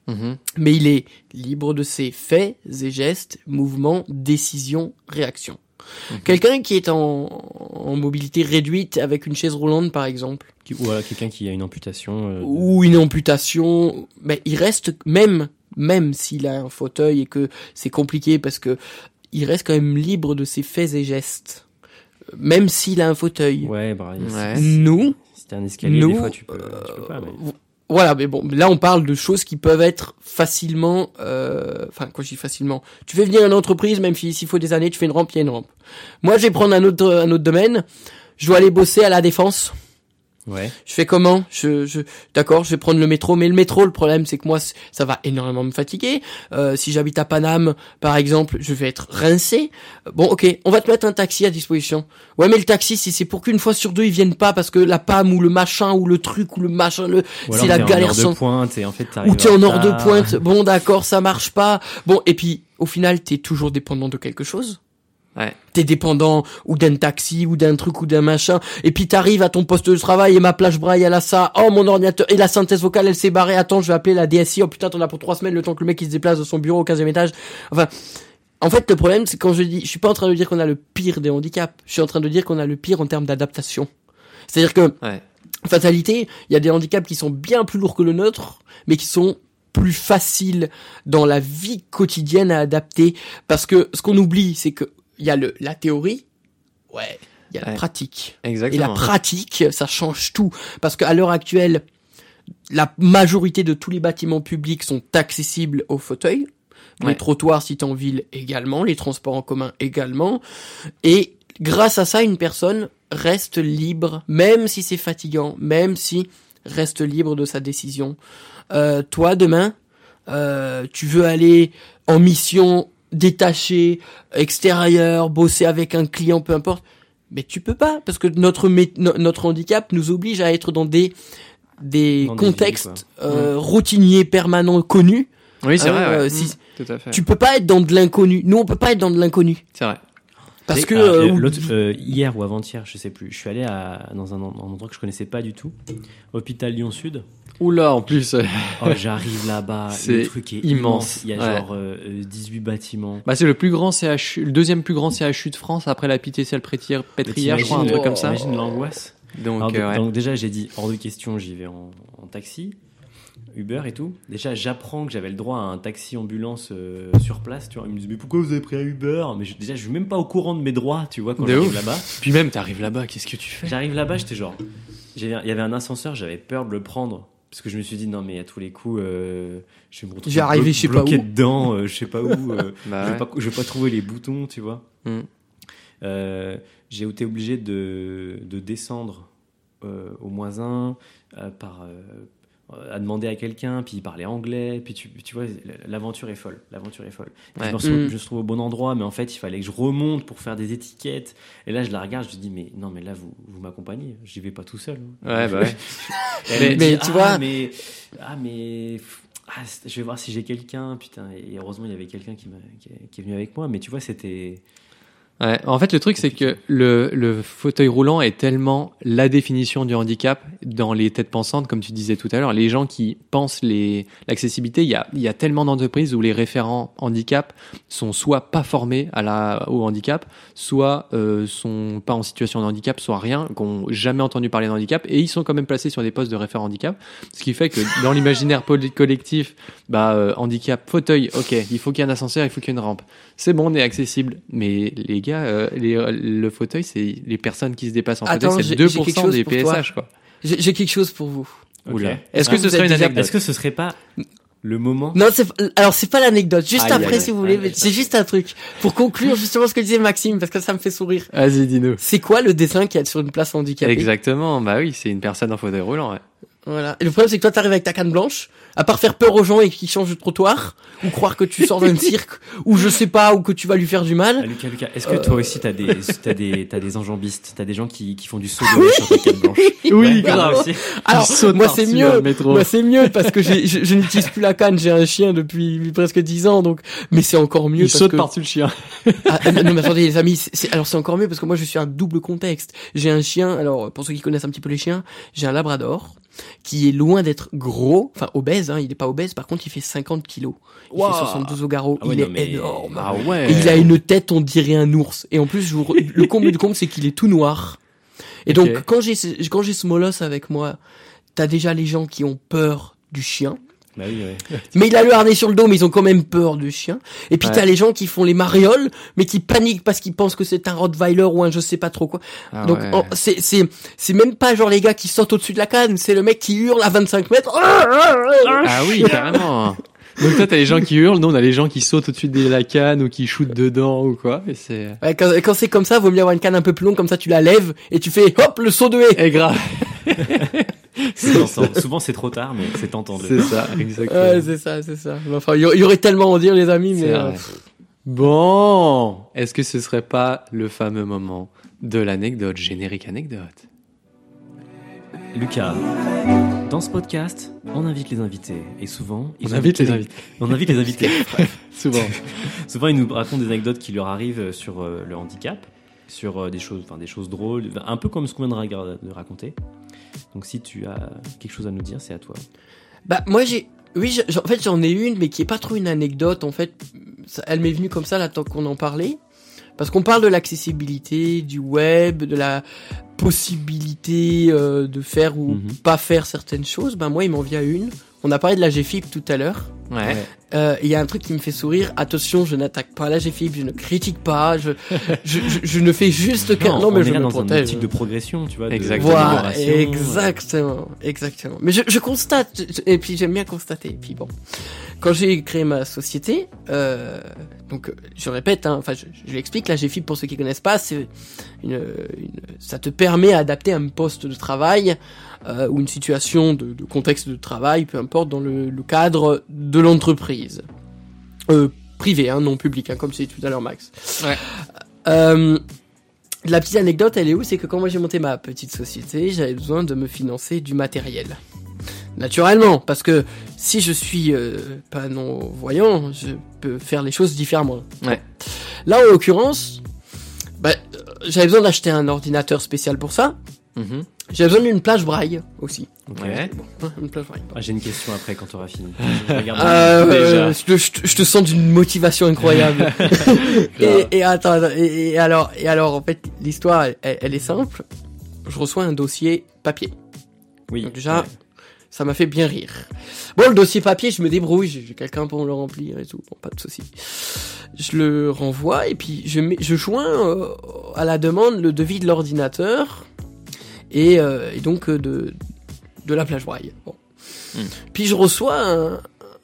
Mhm. mais il est libre de ses faits et gestes, mouvements, décisions, réactions. Mhm. Quelqu'un qui est en, en mobilité réduite avec une chaise roulante, par exemple, Qui- Ou voilà, quelqu'un qui a une amputation. euh, ou une amputation, mais il reste, même, même s'il a un fauteuil et que c'est compliqué parce que il reste quand même libre de ses faits et gestes, même s'il a un fauteuil. Ouais, bah, il- Ouais. si- Nous, si t'as un escalier, nous, des fois, tu peux, tu peux pas. Mais... euh, voilà, mais bon, là on parle de choses qui peuvent être facilement, euh, enfin quand je dis facilement, tu fais venir une entreprise, même si- s'il faut des années, tu fais une rampe, il y a une rampe. Moi, je vais prendre un autre, un autre domaine. Je dois aller bosser à la Défense. Ouais. Je fais comment? Je, je, d'accord, je vais prendre le métro, mais le métro, le problème, c'est que moi, c- ça va énormément me fatiguer. Euh, si j'habite à Paname, par exemple, je vais être rincé. Euh, Bon, ok, on va te mettre un taxi à disposition. Ouais, mais le taxi, si c'est pour qu'une fois sur deux, ils viennent pas parce que la P A M ou le machin ou le truc ou le machin, le, Ou alors c'est la t'es en galère heure de sans. pointe et en fait t'arrives Ou t'es en heure de retard. pointe. Bon, d'accord, ça marche pas. Bon, et puis, au final, t'es toujours dépendant de quelque chose. Ouais. T'es dépendant ou d'un taxi ou d'un truc ou d'un machin, et puis t'arrives à ton poste de travail et ma plage braille elle a ça, oh mon ordinateur et la synthèse vocale elle s'est barrée, attends je vais appeler la D S I, oh putain t'en as pour trois semaines le temps que le mec il se déplace de son bureau au quinzième étage. Enfin, en fait le problème c'est quand je dis, je suis pas en train de dire qu'on a le pire des handicaps, je suis en train de dire qu'on a le pire en termes d'adaptation. C'est-à-dire que Ouais. fatalité, il y a des handicaps qui sont bien plus lourds que le nôtre, mais qui sont plus faciles dans la vie quotidienne à adapter, parce que ce qu'on oublie c'est que il y a le la théorie, ouais, il y a la Ouais. pratique. Et Exactement. la pratique, ça change tout. Parce qu'à l'heure actuelle, la majorité de tous les bâtiments publics sont accessibles aux fauteuils. Les Ouais. trottoirs, si t'es en ville, également. Les transports en commun, également. Et grâce à ça, une personne reste libre, même si c'est fatigant, même si reste libre de sa décision. Euh, toi, demain, euh, tu veux aller en mission détaché, extérieur, bosser avec un client, peu importe. Mais tu peux pas, parce que notre mé- no- notre handicap nous oblige à être dans des des Dans des contextes villes, euh, routiniers, permanents, connus. Oui, c'est Hein, vrai. euh, Ouais. si- Mmh, tout à fait. Tu peux pas être dans de l'inconnu. Nous, on peut pas être dans de l'inconnu. C'est vrai. Parce Et, que... alors, euh, l'autre, euh, hier ou avant-hier, je sais plus, je suis allé à, dans un, en- un endroit que je connaissais pas du tout, hôpital Lyon Sud. Oula, en plus. euh, Oh, j'arrive là-bas, C'est le truc est immense. immense. Il y a Ouais. genre euh, euh, dix-huit bâtiments. Bah, c'est le plus grand C H U, le deuxième plus grand C H U de France après la Pitié-Salpêtrière, Pétrière, je crois, un T'imagines, truc oh, comme ça. T'imagines l'angoisse. Donc, Alors, euh, ouais. donc déjà, j'ai dit hors de question, j'y vais en, en taxi, Uber et tout. Déjà, j'apprends que j'avais le droit à un taxi ambulance euh, sur place. Tu vois, ils me disent mais pourquoi vous avez pris un Uber? Mais je- déjà, je suis même pas au courant de mes droits, tu vois, quand De j'arrive ouf. là-bas. Puis même, t'arrives là-bas, qu'est-ce que tu fais? J'arrive là-bas, j'étais genre, j'ai- il y avait un ascenseur, j'avais peur de le prendre. Parce que je me suis dit, non, mais à tous les coups, euh, je vais me retrouver J'ai arrivé blo- je sais pas bloqué où. dedans, euh, je sais pas où. euh, Bah, je, vais ouais. pas, je vais pas trouver les boutons, tu vois. Mm. Euh, j'ai été obligé de, de descendre euh, au moins un euh, par, euh, à demander à quelqu'un, puis il parlait anglais, puis tu, tu vois, l'aventure est folle, l'aventure est folle. Puis Ouais. Je, me retrouve, Mm. je me trouve au bon endroit, mais en fait, il fallait que je remonte pour faire des étiquettes. Et là, je la regarde, je me dis, mais non, mais là, vous, vous m'accompagnez, j'y vais pas tout seul. hein. Ouais, bah ouais. Et elle Mais- me mais dit, tu ah, vois- mais, ah, mais, ah, c'est- je vais voir si j'ai quelqu'un, putain, et heureusement, il y avait quelqu'un qui, m'a- qui est- qui est venu avec moi, mais tu vois, c'était. Ouais. En fait, le truc, c'est que le, le fauteuil roulant est tellement la définition du handicap dans les têtes pensantes, comme tu disais tout à l'heure. Les gens qui pensent les, l'accessibilité, il y a, il y a tellement d'entreprises où les référents handicap sont soit pas formés à la, au handicap, soit euh, sont pas en situation de handicap, soit rien, qui n'ont jamais entendu parler de handicap, et ils sont quand même placés sur des postes de référent handicap. Ce qui fait que dans l'imaginaire poly- collectif, bah, euh, handicap, fauteuil, ok, il faut qu'il y ait un ascenseur, il faut qu'il y ait une rampe. C'est bon, on est accessible. Mais les gars, euh, les, le fauteuil, c'est les personnes qui se déplacent en Attends, fauteuil, c'est j'ai- deux j'ai pour quelque cent chose des pour P S H, toi. quoi. J'ai j'ai quelque chose pour vous. Oula. Ok. Est-ce que Ah, ce vous serait êtes une déjà- anecdote? Est-ce que ce serait pas le moment? Non, c'est alors c'est pas l'anecdote. Juste Aïe, après, aïe, si vous aïe, voulez, aïe, c'est aïe. juste un truc pour conclure justement ce que disait Maxime, parce que ça me fait sourire. Vas-y, dis-nous. C'est quoi le dessin qu'il y a sur une place handicapée? Exactement, bah oui, c'est une personne en fauteuil roulant, ouais. Voilà. Et le problème, c'est que toi, t'arrives avec ta canne blanche, à part faire peur aux gens et qu'ils changent de trottoir, ou croire que tu sors d'un cirque, ou je sais pas, ou que tu vas lui faire du Ah, mal. Lucas, Lucas, est-ce que toi aussi t'as des, t'as des, t'as des enjambistes, t'as des gens qui, qui font du saut de nez sur ta canne blanche? Oui, Ouais, grave. aussi. Alors, Ils sautent moi, c'est par-dessus dans mieux. le métro. Moi, c'est mieux parce que j'ai, je, je n'utilise plus la canne. J'ai un chien depuis presque dix ans, donc, mais c'est encore mieux Il parce saute que... par-dessus le chien. Ah, euh, non, mais attendez, les amis, c'est, c'est- alors c'est encore mieux parce que moi, je suis un double contexte. J'ai un chien, alors, pour ceux qui connaissent un petit peu les chiens, j'ai un labrador. qui est loin d'être gros, enfin obèse, hein, il est pas obèse, par contre il fait cinquante kilos. Il Wow. fait soixante-douze au garrot, Ah ouais, il non, est mais- énorme. Ah ouais. Et il a une tête, on dirait un ours. Et en plus, je vous re- le comble du comble, c'est qu'il est tout noir. Et donc, Ok. quand j'ai ce- quand j'ai ce molosse avec moi, t'as déjà les gens qui ont peur du chien. Bah oui, ouais. Mais il a le harnais sur le dos, mais ils ont quand même peur du chien. Et puis Ouais. t'as les gens qui font les marioles, mais qui paniquent parce qu'ils pensent que c'est un Rottweiler ou un je sais pas trop quoi. Ah Donc ouais. en- c'est c'est c'est même pas genre les gars qui sautent au-dessus de la canne, c'est le mec qui hurle à vingt-cinq mètres. Ah oui, carrément. Donc toi, t'as les gens qui hurlent, nous on a les gens qui sautent au-dessus de la canne ou qui shootent dedans ou quoi. Et c'est... Ouais, quand quand c'est comme ça, vaut mieux avoir une canne un peu plus longue, comme ça tu la lèves et tu fais hop le saut de haie. Eh grave. C'est tentant. Souvent, c'est trop tard, mais c'est tentant. de- C'est ça, exactement. Ouais, c'est ça, c'est ça. Enfin, il y, y aurait tellement à en dire les amis, C'est mais vrai. euh, Bon, est-ce que ce serait pas le fameux moment de l'anecdote, générique anecdote? Lucas, dans ce podcast, on invite les invités. Et souvent, ils On ont- invite les invités. On invite les invités. Souvent. Souvent, ils nous racontent des anecdotes qui leur arrivent sur euh, le handicap, sur euh, des choses, enfin des choses drôles, un peu comme ce qu'on vient de, ra- de raconter. Donc, si tu as quelque chose à nous dire, c'est à toi. bah moi j'ai oui, j'ai- en fait j'en ai une mais qui est pas trop une anecdote en fait, Ça- elle m'est venue comme ça là tant qu'on en parlait. Parce qu'on parle de l'accessibilité, du web, de la possibilité euh, de faire ou Mhm. pas faire certaines choses, ben moi il m'en vient une. On a parlé de la G F I P tout à l'heure. Ouais. Euh, Il y a un truc qui me fait sourire. Attention, je n'attaque pas la G F I P, je ne critique pas, je, je, je, je ne fais juste qu'un... Non, on mais est je là me dans protège. un type de progression, tu vois. de- Exactement. Voilà, d'amélioration. exactement, exactement. Mais je, je constate, je- et puis j'aime bien constater. Et puis bon, quand j'ai créé ma société, euh, donc euh, je répète, hein, enfin je, je l'explique, la G F I P pour ceux qui connaissent pas, c'est une, une, ça te permet d'adapter un poste de travail euh, ou une situation de, de contexte de travail, peu importe, dans le, le cadre de l'entreprise. Euh, privé, hein, non public, hein, comme c'est tout à l'heure Max. Ouais. Euh, la petite anecdote, elle est où? C'est que quand moi j'ai monté ma petite société, j'avais besoin de me financer du matériel. Naturellement, parce que si je suis euh, pas non-voyant, je peux faire les choses différemment. Ouais. Là, en l'occurrence, bah, euh, j'avais besoin d'acheter un ordinateur spécial pour ça. Mhm. J'avais besoin d'une plage braille aussi. Ouais. Bon, une plage braille. Ah, j'ai une question après quand tu auras fini. Je regarde Euh, déjà. euh, je, te, je te- je te sens d'une motivation incroyable. et, et attends, attends, et, et alors, et alors, en fait, l'histoire, elle, elle est simple. Je reçois un dossier papier. Oui. Donc déjà, ouais. ça m'a fait bien rire. Bon, le dossier papier, je me débrouille, j'ai j'ai quelqu'un pour le remplir et tout, bon, pas de souci. Je le renvoie et puis je, mets, je joins euh, à la demande le devis de l'ordinateur et, euh, et donc euh, de, de la plage braille. Bon. Hmm. Puis je reçois un,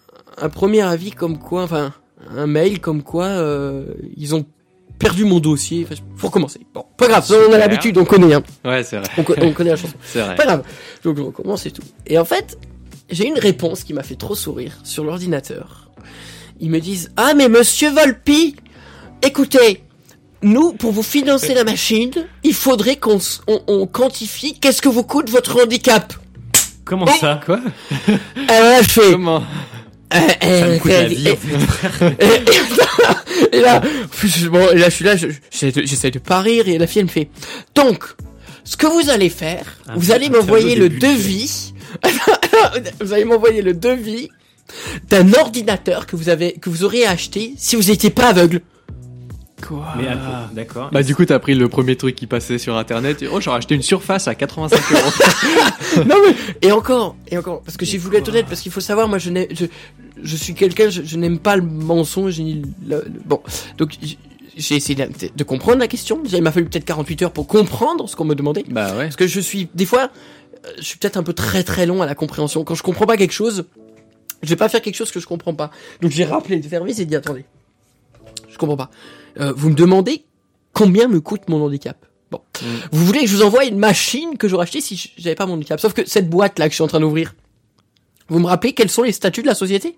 un premier avis comme quoi, enfin, un mail comme quoi euh, ils ont perdu mon dossier. Enfin, faut recommencer. Bon, pas grave, on a Super. l'habitude, on connaît, hein. Ouais, c'est vrai. On, co- on connaît la chanson. C'est vrai. Pas grave. Donc je recommence et tout. Et en fait, j'ai une réponse qui m'a fait trop sourire sur l'ordinateur. Ils me disent: ah mais monsieur Volpi, écoutez, nous pour vous financer la machine, il faudrait qu'on s- on, on quantifie qu'est-ce que vous coûte votre handicap. Comment Oh ça Quoi? Alors là je fais. Comment? Euh, Ça euh, me coûte la euh, vie, en fait. et, et- et là, je- bon, et là, je suis là, je- j'essaie de, j'essaie de pas rire, et la fille, elle me fait: donc, ce que vous allez faire, Un vous peu- allez un m'envoyer tableau le des budgets. devis, vous allez m'envoyer le devis d'un ordinateur que vous avez, que vous auriez acheté si vous étiez pas aveugle. Quoi? Mais après, d'accord. Bah du coup t'as pris le premier truc qui passait sur internet et oh j'aurais acheté une surface à quatre-vingt-cinq euros. Non mais, et encore, et encore, parce que j'ai voulu être honnête, parce qu'il faut savoir, moi, je n'ai, je, je suis quelqu'un, je, je n'aime pas le mensonge, ni le, le- bon, donc, j- j'ai essayé de, de comprendre la question. Déjà, il m'a fallu peut-être quarante-huit heures pour comprendre ce qu'on me demandait. Bah ouais. Parce que je suis, des fois, euh, je suis peut-être un peu très très long à la compréhension. Quand je comprends pas quelque chose, je vais pas faire quelque chose que je comprends pas. Donc j'ai rappelé le service et dit: attendez, je comprends pas. Euh, vous me demandez combien me coûte mon handicap. Bon, Mm. vous voulez que je vous envoie une machine que j'aurais achetée si j'avais pas mon handicap. Sauf que cette boîte là que je suis en train d'ouvrir, vous me rappelez quels sont les statuts de la société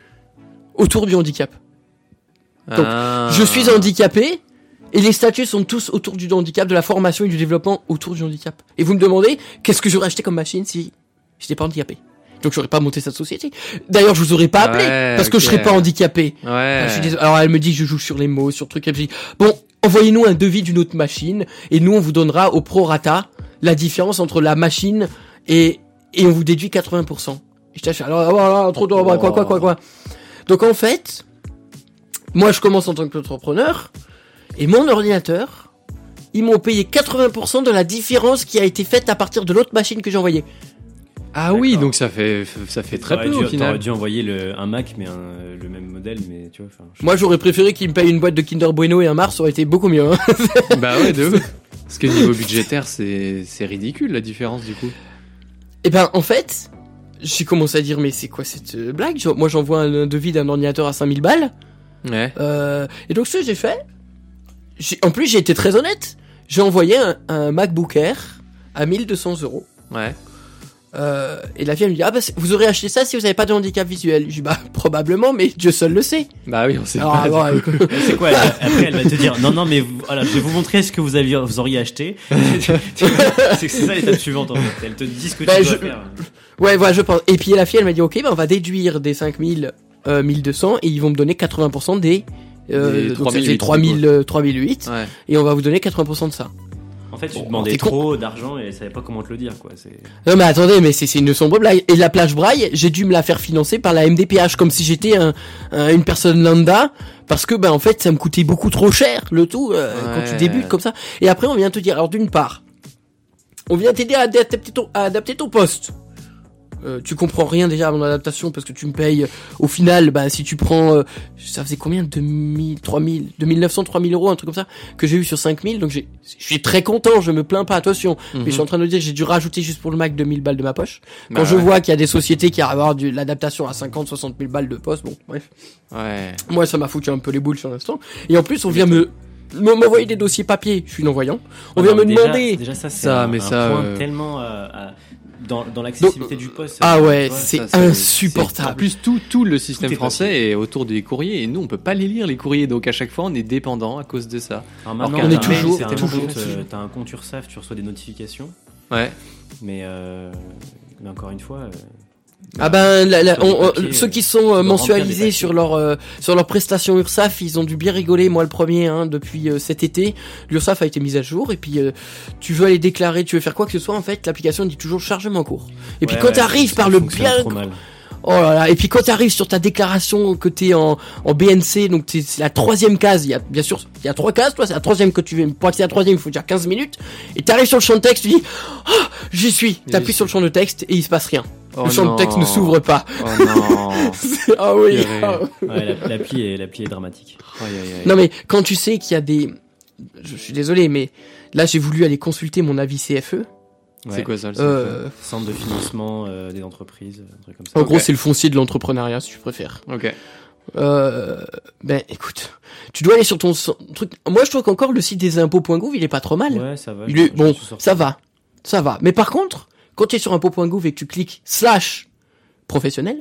autour du handicap. Donc, Ah. Je suis handicapé. Et les statuts sont tous autour du handicap, de la formation et du développement autour du handicap. Et vous me demandez qu'est-ce que j'aurais acheté comme machine si j'étais pas handicapé. Donc j'aurais pas monté cette société. D'ailleurs, je vous aurais pas appelé Ouais, parce que je ok. serais pas handicapé. Ouais. Ah, je suis désolé. Alors elle me dit que je joue sur les mots, sur le truc. Elle me dit: bon, envoyez-nous un devis d'une autre machine et nous on vous donnera au prorata la différence entre la machine et et on vous déduit quatre-vingts pour cent. Et je t'achète, alors, alors, trop, trop, quoi, quoi, quoi, quoi. Donc, en fait, moi, je commence en tant qu'entrepreneur, et mon ordinateur, ils m'ont payé quatre-vingts pour cent de la différence qui a été faite à partir de l'autre machine que j'ai envoyée. Ah D'accord. oui, donc ça fait, ça fait très T'aurais peu dû, au final. T'aurais dû envoyer le, un Mac, mais un, le même modèle, mais tu vois. Je... Moi, j'aurais préféré qu'ils me payent une boîte de Kinder Bueno et un Mars, ça aurait été beaucoup mieux. Hein. Bah ouais, de ouf. Parce que niveau budgétaire, c'est, c'est ridicule la différence du coup. Et ben, en fait, j'ai commencé à dire, mais c'est quoi cette euh, blague? Moi, j'envoie un devis d'un ordinateur à cinq mille balles. Ouais. Euh, et donc, ce que j'ai fait, j'ai, en plus, j'ai été très honnête. J'ai envoyé un, un MacBook Air à mille deux cents euros. Ouais. Euh, et la fille elle me dit, ah bah, vous aurez acheté ça si vous avez pas de handicap visuel. Je dis, bah, probablement, mais Dieu seul le sait. Bah oui, on sait Alors, pas. alors, du coup. écoute, C'est quoi elle- Après, elle va te dire non, non, mais vous- voilà, je vais vous montrer ce que vous, aviez, vous auriez acheté. c'est que c'est ça l'étape suivante en fait. Elle te dit ce que Bah, tu dois je- faire. ouais, voilà, je pense. Et puis la fille, elle m'a dit, ok, bah, on va déduire des cinq mille, euh, mille deux cents et ils vont me donner quatre-vingts pour cent des, euh, Des donc trois mille ça faisait huit, trois mille, euh, trois mille huit. Ouais. Et on va vous donner quatre-vingts pour cent de ça. En fait, tu Bon, demandais t'es con. trop d'argent et elle savait pas comment te le dire, quoi. C'est... Non mais attendez, mais c'est, c'est une sombre blague. Et la plage braille, j'ai dû me la faire financer par la M D P H comme si j'étais un, un- une personne lambda, parce que bah en fait ça me coûtait beaucoup trop cher le tout euh, quand tu Ouais. débutes comme ça. Et après on vient te dire, alors d'une part, on vient t'aider à adapter ton, à adapter ton poste. Euh, tu comprends rien déjà à mon adaptation parce que tu me payes au final, bah si tu prends, euh, ça faisait combien, deux mille, trois mille, deux mille neuf cents, trois mille euros, un truc comme ça que j'ai eu sur cinq mille, donc j'ai, je suis très content, je me plains pas, attention, Mhm. mais je suis en train de dire que j'ai dû rajouter juste pour le Mac deux mille balles de ma poche. Quand Bah je ouais. vois qu'il y a des sociétés qui arrivent à avoir de l'adaptation à cinquante, soixante mille balles de poste, bon bref, Ouais. moi ça m'a foutu un peu les boules sur l'instant. Et en plus on vient me me- m'envoyer des dossiers papier, je suis non-voyant. On vient Non, me déjà- demander. Déjà, ça, c'est Ça, un, mais un ça, point euh, tellement euh, à- dans, dans l'accessibilité du poste. Ah ça, ouais, tu vois, c'est Ça, c'est- insupportable. c'est- En plus, tout, tout le système Tout est français est autour des courriers et nous, on peut pas les lire les courriers. Donc à chaque fois, on est dépendant à cause de ça. Alors maintenant, Alors qu'on t'as est un- toujours- c'est un toujours- compte, euh, t'as un compte URSAF, tu reçois des notifications, Ouais. mais, euh, mais encore une fois, euh, Ah ben, la- la- Sur des on- on- papiers, ceux euh, qui sont euh, tu dois remplir des mensualisés papiers. sur leur euh, sur leurs prestations URSAF, ils ont dû bien rigoler. Moi, le premier, hein, depuis euh, cet été, l'URSAF a été mise à jour. Et puis, euh, tu veux aller déclarer, tu veux faire quoi que ce soit, en fait, l'application dit toujours chargement en cours. Et puis, ouais, quand ouais, t'arrives ça par le fonctionne bien, trop mal. oh là là, et puis quand t'arrives sur ta déclaration que t'es en en B N C, donc t'es- c'est la troisième case. Il y a bien sûr, il y a trois cases. Toi, c'est la troisième que tu veux. Pour accéder à la troisième, il faut dire quinze minutes. Et t'arrives sur le champ de texte, tu dis, oh, j'y suis. T'appuies J'y sur le champ de texte et il se passe rien. Oh le champ non. de texte ne s'ouvre pas. Oh non. Ah oui. Purée. ah. Ouais, la- l'appli est, l'appli est dramatique. Aïe, aïe, aïe. Non mais quand tu sais qu'il y a des, je suis désolé, mais là j'ai voulu aller consulter mon avis C F E. C'est Ouais. quoi ça le Euh, Centre de financement euh, des entreprises, un truc comme ça. en Ok. gros, c'est le foncier de l'entrepreneuriat, si tu préfères. Ok. Euh, ben écoute, tu dois aller sur ton so- truc. Moi, je trouve qu'encore le site des impôts point gouv, il est pas trop mal. Ouais, ça va. il je- est je bon, suis sorti. ça va, ça va. Mais par contre, quand tu es sur impôts point gouv et que tu cliques slash professionnel,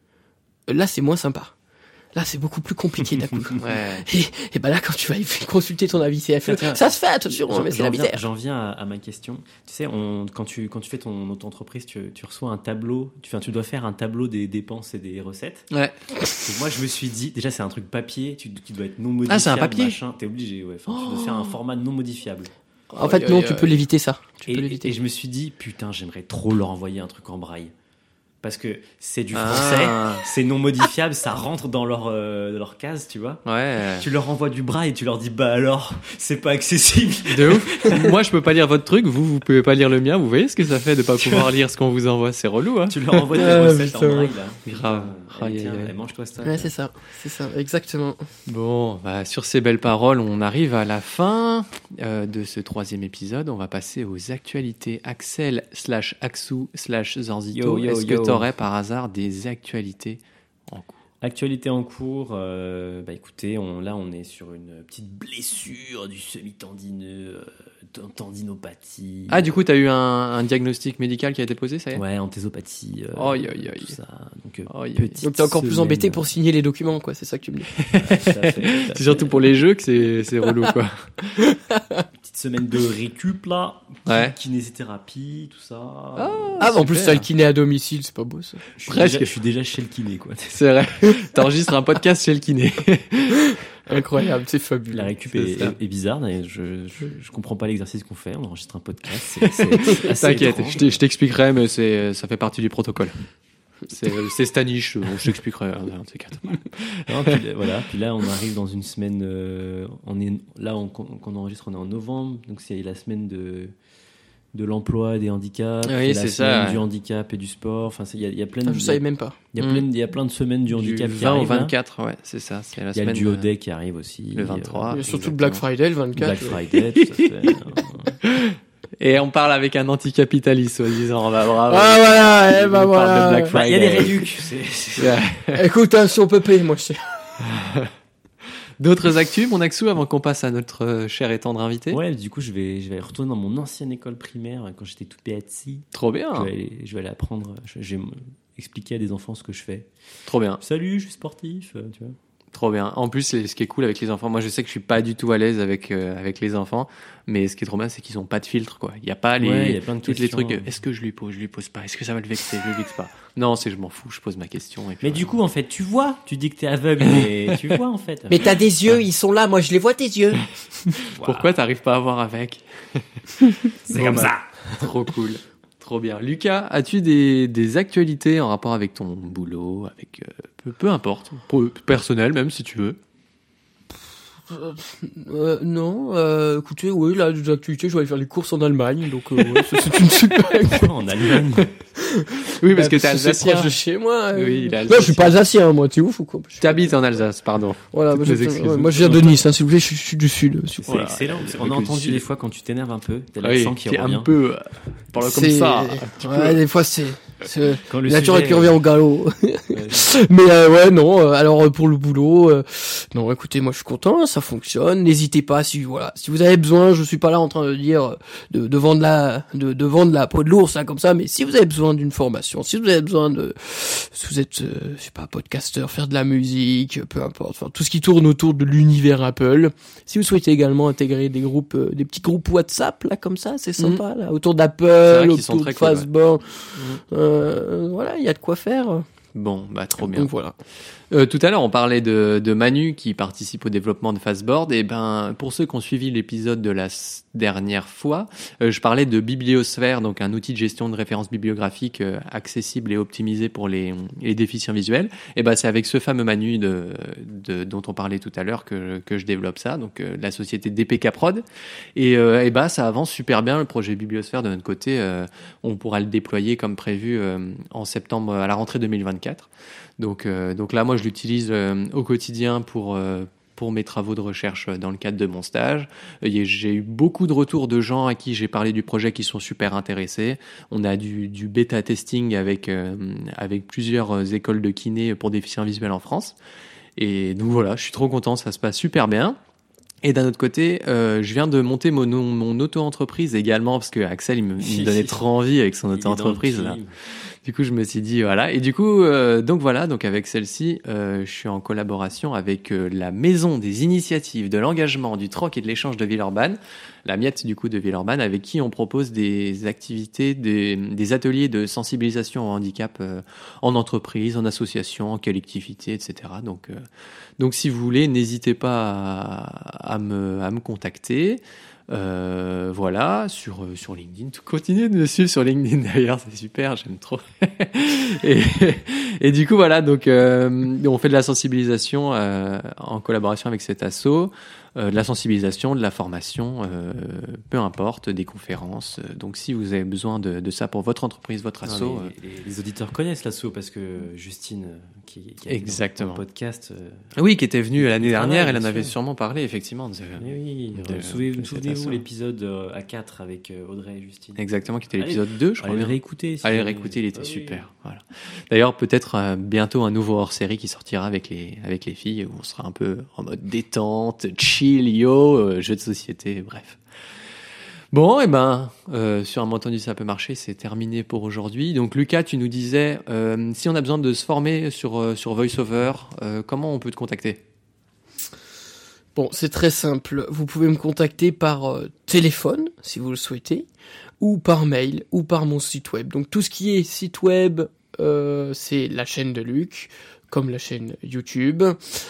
euh, là c'est moins sympa. Là, c'est beaucoup plus compliqué d'un coup. Ouais. Et, et ben là, quand tu vas y consulter ton avis C F E, Tiens, ça se fait, attention, J'en- mais c'est j'en la viens- misère. J'en viens à, à ma question. Tu sais, on, quand, tu, quand tu fais ton auto-entreprise, tu, tu reçois un tableau, tu, enfin, tu dois faire un tableau des dépenses et des recettes. Ouais. Et moi, je me suis dit, déjà, c'est un truc papier, tu, qui doit être non modifiable. Ah, c'est un papier machin. T'es obligé, ouais. Enfin, tu dois faire un format non modifiable. En fait, Aïe, non, aïe, tu aïe. peux l'éviter ça. Tu Et, peux et l'éviter. je me suis dit, putain, j'aimerais trop leur envoyer un truc en braille. Parce que c'est du Ah. français, c'est non modifiable, ça rentre dans leur, euh, dans leur case, tu vois. Ouais. Tu leur envoies du braille et tu leur dis, bah alors, c'est pas accessible. De ouf. Moi, je peux pas lire votre truc, vous, vous pouvez pas lire le mien. Vous voyez ce que ça fait de pas pouvoir lire ce qu'on vous envoie. C'est relou, hein. Tu leur envoies des Ah, recettes en putain. braille, là. Grave. Allez, Aïe, aïe, tiens, aïe. allez, mange-toi ça. Ouais, c'est ça, c'est ça, exactement. Bon, bah, sur ces belles paroles, on arrive à la fin euh, de ce troisième épisode. On va passer aux actualités. Axel slash Axou slash Zanzito. Yo, yo, Est-ce que yo. t'aurais par hasard des actualités en cours? Actualité en cours, euh, bah écoutez, on, là on est sur une petite blessure du semi-tendineux, euh, tendinopathie. Ah, du coup, t'as eu un, un diagnostic médical qui a été posé, ça y est? Ouais, anthésopathie. Euh, Aïe, aïe, aïe. Tout ça. Donc, euh, Aïe, aïe. petite Donc t'es encore plus semaine, embêté pour signer les documents, quoi, c'est ça que tu me dis. euh, tout à fait, tout à C'est fait. surtout pour les jeux que c'est, c'est relou, quoi. Petite semaine de récup là, Ouais. kinésithérapie, tout ça. Ah, bah, en plus, super. t'as le kiné à domicile, c'est pas beau ça. je suis presque. déjà- je suis déjà chez le kiné quoi. C'est vrai. T'enregistres un podcast chez le kiné. Incroyable, c'est fabuleux. La récup C'est est, ça. est, est bizarre. Et je, je, je comprends pas l'exercice qu'on fait. On enregistre un podcast. C'est, c'est assez T'inquiète, étrange. je t'ai- je t'expliquerai, mais c'est, ça fait partie du protocole. C'est, c'est Stanish, bon, je t'expliquerai un de ces quatre. Non, puis, euh, voilà. Puis là, on arrive dans une semaine. Euh, on est là, on, quand on enregistre, on est en novembre. Donc c'est la semaine de de l'emploi, des handicaps, Oui, puis la c'est semaine ça, ouais. du handicap et du sport. Enfin, c'est- il y a, il y a plein de. Ah, je savais même pas. Il y a Mm. plein, il y a plein de semaines du handicap Du qui vingt au arrivent. là. vingt-quatre, ouais, c'est ça. C'est la Il y a semaine le duo de- day qui arrive aussi. le vingt-trois. Il y a surtout exactement. le Black Friday, le vingt-quatre. Black Friday, tout à fait. Et on parle avec un anticapitaliste, soi-disant. Bah, bravo. Ah voilà, eh On bah parle voilà. de Black Bah, il y a des Friday. réducs. C'est- c'est- Écoute, hein, si on peut payer, moi je sais. D'autres actus, mon Axou, avant qu'on passe à notre euh, cher et tendre invité. Ouais, du coup, je vais, je vais retourner dans mon ancienne école primaire quand j'étais tout petit. Trop bien. Je vais aller, je vais aller apprendre, je, je vais m- expliquer à des enfants ce que je fais. Trop bien. Salut, je suis sportif, euh, tu vois. Trop bien. En plus, c'est- ce qui est cool avec les enfants, moi je sais que je suis pas du tout à l'aise avec euh, avec les enfants, mais ce qui est trop bien, c'est qu'ils ont pas de filtre, quoi. Il y a pas les Ouais, il y a plein de tous les questions. trucs. euh, Est-ce que je lui pose, je lui pose pas. Est-ce que ça va le vexer, je le vexe pas. Non, c'est je m'en fous, je pose ma question. Et puis Mais voilà. du coup, en fait, tu vois, tu dis que t'es aveugle, mais tu vois, en fait. Mais t'as des yeux, ils sont là, moi je les vois tes yeux. Pourquoi t'arrives pas à voir avec? C'est Bon, comme bah, ça. Trop cool. Trop bien. Lucas, as-tu des, des actualités en rapport avec ton boulot, avec euh, peu, peu importe, pro- personnel même si tu veux. Euh, non, euh, écoutez, oui, là, des activités, je vais aller faire les courses en Allemagne, donc euh, ouais, ça, c'est une super Pourquoi en Allemagne? Oui, parce que Bah, t'es c'est alsacien. proche de chez moi. euh. Oui, il est Non, je suis pas alsacien, moi, t'es ouf ou quoi? Je suis- T'habites en Alsace, pardon. Voilà, Toutes moi, mes je- excuses. ouais, moi je viens de Nice, hein, s'il vous plaît, je, suis- je suis du sud. s'il vous C'est plaît. Voilà. excellent. parce qu'on Avec a le entendu sud. des fois quand tu t'énerves un peu, t'as Oui, l'accent qui t'es revient. un peu. Parle comme C'est- ça. Tu Ouais, peux. des fois, c'est, c'est Quand le la nature sujet- qui revient au galop. Ouais. Mais euh, ouais, non. euh, alors euh, pour le boulot, euh, non, écoutez, moi je suis content, ça fonctionne. N'hésitez pas si voilà, si vous avez besoin, je suis pas là en train de dire euh, de, de vendre la, de, de vendre la peau de l'ours là comme ça. Mais si vous avez besoin d'une formation, si vous avez besoin de, si vous êtes, euh, je sais pas, podcasteur, faire de la musique, peu importe, enfin tout ce qui tourne autour de l'univers Apple. Si vous souhaitez également intégrer des groupes, euh, des petits groupes WhatsApp là comme ça, c'est sympa là, autour d'Apple, vrai qu'ils sont autour très de cool, ouais. Fastboard. Euh, voilà, il y a de quoi faire. Bon, bah trop bien. Donc voilà. Euh, tout à l'heure, on parlait de, de Manu qui participe au développement de Fastboard. Et ben, pour ceux qui ont suivi l'épisode de la s- dernière fois, euh, je parlais de Bibliosphère, donc un outil de gestion de références bibliographiques euh, accessible et optimisé pour les, les déficients visuels. Et ben, c'est avec ce fameux Manu de, de, dont on parlait tout à l'heure que, que je développe ça, donc euh, la société D P K Prod. Et, euh, et ben, ça avance super bien le projet Bibliosphère de notre côté. Euh, on pourra le déployer comme prévu euh, en septembre à la rentrée deux mille vingt-quatre. Donc, euh, donc là, moi, je l'utilise euh, au quotidien pour, euh, pour mes travaux de recherche dans le cadre de mon stage. Et j'ai eu beaucoup de retours de gens à qui j'ai parlé du projet qui sont super intéressés. On a du, du bêta testing avec, euh, avec plusieurs écoles de kiné pour déficients visuels en France. Et donc voilà, je suis trop content, ça se passe super bien. Et d'un autre côté, euh, je viens de monter mon, mon auto-entreprise également, parce que Axel, il me, il me donnait trop envie avec son Il est dans le auto-entreprise, là. team. Du coup, je me suis dit, voilà. Et du coup, euh, donc voilà, donc avec celle-ci, euh, je suis en collaboration avec euh, la Maison des Initiatives de l'Engagement, du Troc et de l'Échange de Villeurbanne, la Miette du coup de Villeurbanne, avec qui on propose des activités, des, des ateliers de sensibilisation au handicap euh, en entreprise, en association, en collectivité, et cetera. Donc, euh, donc si vous voulez, n'hésitez pas à, à, me, à me contacter. Euh, voilà, sur, euh, sur LinkedIn. Continuez de me suivre sur LinkedIn d'ailleurs, c'est super, j'aime trop. et, et du coup, voilà, donc euh, on fait de la sensibilisation euh, en collaboration avec cet asso, euh, de la sensibilisation, de la formation, euh, peu importe, des conférences. Donc si vous avez besoin de, de ça pour votre entreprise, votre asso. Non, euh, les, les- les auditeurs connaissent l'assaut parce que Justine, euh, qui, qui a été dans- Exactement. dans le podcast. euh, oui, qui était venue l'année Il dernière, travaille, elle en bien avait sûr. sûrement parlé, effectivement. de- mais oui, de- euh, souvenez- de cet souvenez-vous assaut. l'épisode euh, à quatre avec euh, Audrey et Justine. Exactement, qui était Allez, l'épisode deux, je crois Allez le bien. réécouter. si Allez vous- réécouter, il était Ah oui. super. Voilà. D'ailleurs, peut-être euh, bientôt un nouveau hors-série qui sortira avec les avec les filles où on sera un peu en mode détente, chill, yo, euh, jeu de société, bref. Bon, et ben, euh, sur un malentendu ça peut marcher, c'est terminé pour aujourd'hui. Donc Lucas, tu nous disais, euh, si on a besoin de se former sur euh, sur VoiceOver, euh, comment on peut te contacter? Bon, c'est très simple. Vous pouvez me contacter par euh, téléphone, si vous le souhaitez, ou par mail, ou par mon site web. Donc tout ce qui est site web, euh, c'est la chaîne de Luc. comme la chaîne YouTube.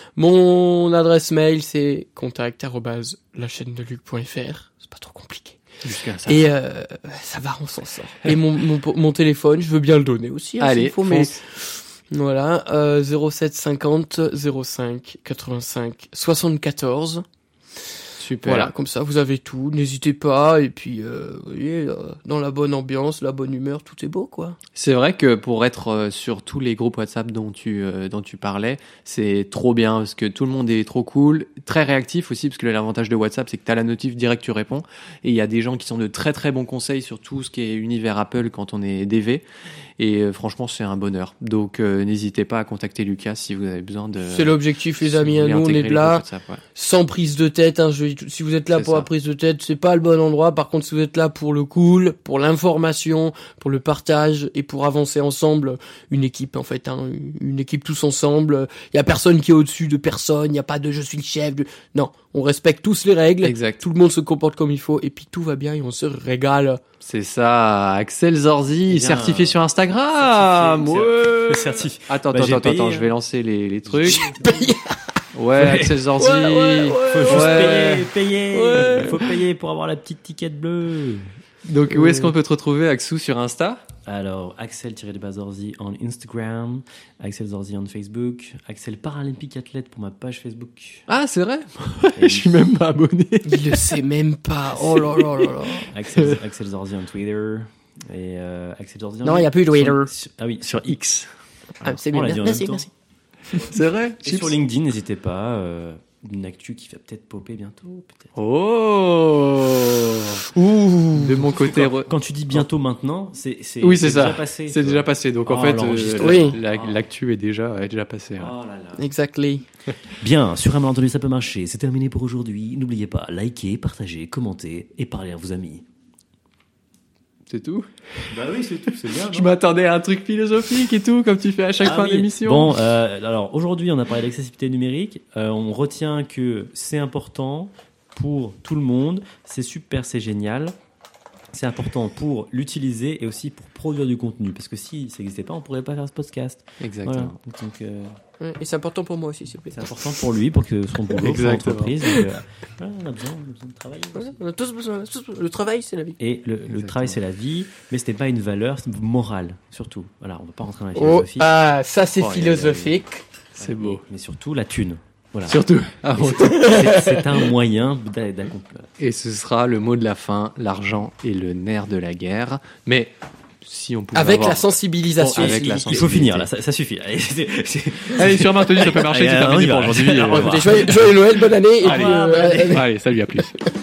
Mon adresse mail, c'est contact arobase la chaîne de luc point f r. C'est pas trop compliqué. Jusqu'à ça. Et euh, ça va, on s'en sort. Et mon, mon, mon téléphone, je veux bien le donner aussi. Hein, Allez, s'il faut, fonce. mais voilà, euh, zéro sept cinquante zéro cinq quatre-vingt-cinq soixante-quatorze. Super. Voilà, comme ça, vous avez tout. N'hésitez pas. Et puis, euh, vous voyez, euh, dans la bonne ambiance, la bonne humeur, tout est beau, quoi. C'est vrai que pour être euh, sur tous les groupes WhatsApp dont tu, euh, dont tu parlais, c'est trop bien parce que tout le monde est trop cool, très réactif aussi parce que l'avantage de WhatsApp, c'est que tu as la notif direct, tu réponds. Et il y a des gens qui sont de très très bons conseils sur tout ce qui est univers Apple quand on est D V. Et euh, franchement, c'est un bonheur. Donc, euh, n'hésitez pas à contacter Lucas si vous avez besoin de... C'est l'objectif, les si amis. vous Hein, voulez nous, on intégrer est les là. groupes WhatsApp, ouais. Sans prise de tête, hein, je, si vous êtes là C'est pour ça. la prise de tête, c'est pas le bon endroit. Par contre, si vous êtes là pour le cool, pour l'information, pour le partage et pour avancer ensemble, une équipe en fait, hein, une équipe tous ensemble. Il y a personne qui est au-dessus de personne. Il y a pas de je suis le chef. De... Non, on respecte tous les règles. Exact. Tout le monde se comporte comme il faut et puis tout va bien et on se régale. C'est ça, Axel Zorzi, Bien, certifié sur Instagram. certifié, Ouais. certifié. Attends, Bah, attends, j'ai attends, payé, attends, hein. je vais lancer les, les trucs. Payé. Ouais, Axel Zorzi. Ouais, ouais, ouais. Faut juste Ouais. payer, payer. Ouais. Il faut payer pour avoir la petite ticket bleue. Donc, où est-ce qu'on peut te retrouver, Axou, sur Insta? Alors, Axel-Zorzi en Instagram, Axel Zorzi en Facebook, Axel Paralympique Athlète pour ma page Facebook. Ah, c'est vrai? Et Je suis même pas abonné. Il le sait même pas. Oh là là là là. Axel, Axel Zorzi en Twitter. Et euh, Axel Zorzi en Non, il n'y a plus de Twitter. sur- sur- ah oui, sur X. Ah, c'est On bien. l'a dit en Merci, même temps. merci. C'est vrai? Et sur LinkedIn, n'hésitez pas. Euh, une actu qui va peut-être popper bientôt. Peut-être. Oh! Ouh. De mon côté, Quand, quand tu dis bientôt maintenant, c'est c'est Oui, c'est déjà ça. passé. c'est tu déjà vois. passé. Donc, en Oh, fait, l'enregistrement. euh, Oui. la- l'actu est déjà, est déjà passée. hein. Oh là là. Exactly. Bien, sur un malentendu, ça peut marcher. C'est terminé pour aujourd'hui. N'oubliez pas, likez, partagez, commentez et parlez à vos amis. C'est tout? Bah oui, c'est tout, c'est bien. Je m'attendais à un truc philosophique et tout, comme tu fais à chaque Ah fin oui. d'émission. Bon, euh, alors aujourd'hui, on a parlé d'accessibilité numérique. Euh, on retient que c'est important pour tout le monde. C'est super, c'est génial. C'est important pour l'utiliser et aussi pour produire du contenu. Parce que si ça n'existait pas, on ne pourrait pas faire ce podcast. Exactement. Voilà. Donc, euh, Ouais, et c'est important pour moi aussi, s'il vous plaît. c'est important pour lui, pour que son boulot, son Exactement. entreprise. Donc, euh, voilà, on, a besoin, on a besoin de travailler. Voilà, on a tous besoin, tous besoin- le travail, c'est la vie. Et le, le Exactement. travail, c'est la vie, mais ce n'est pas une valeur, c'est une morale, surtout. Voilà, on ne va pas rentrer dans la Oh, philosophie. ah, ça c'est Oh, philosophique. C'est Voilà, beau. Mais, mais surtout, la thune. Voilà. Surtout. Ah, bon. C'est c'est un moyen d'a- d'accomplir. Et ce sera le mot de la fin, l'argent est le nerf de la guerre. Mais si on pouvait Avec avoir... la sensibilisation. Bon, avec il, la il faut sensibilité. finir là, ça, ça suffit. Allez, c'est- c'est- Allez, sur Martoni, ça peut marcher, Allez, c'est on terminé y va. pour aujourd'hui. Au revoir. Écoutez, joyeux, joyeux Noël, bonne année. Et Au puis, revoir, euh, bonne année. Allez, salut, à plus.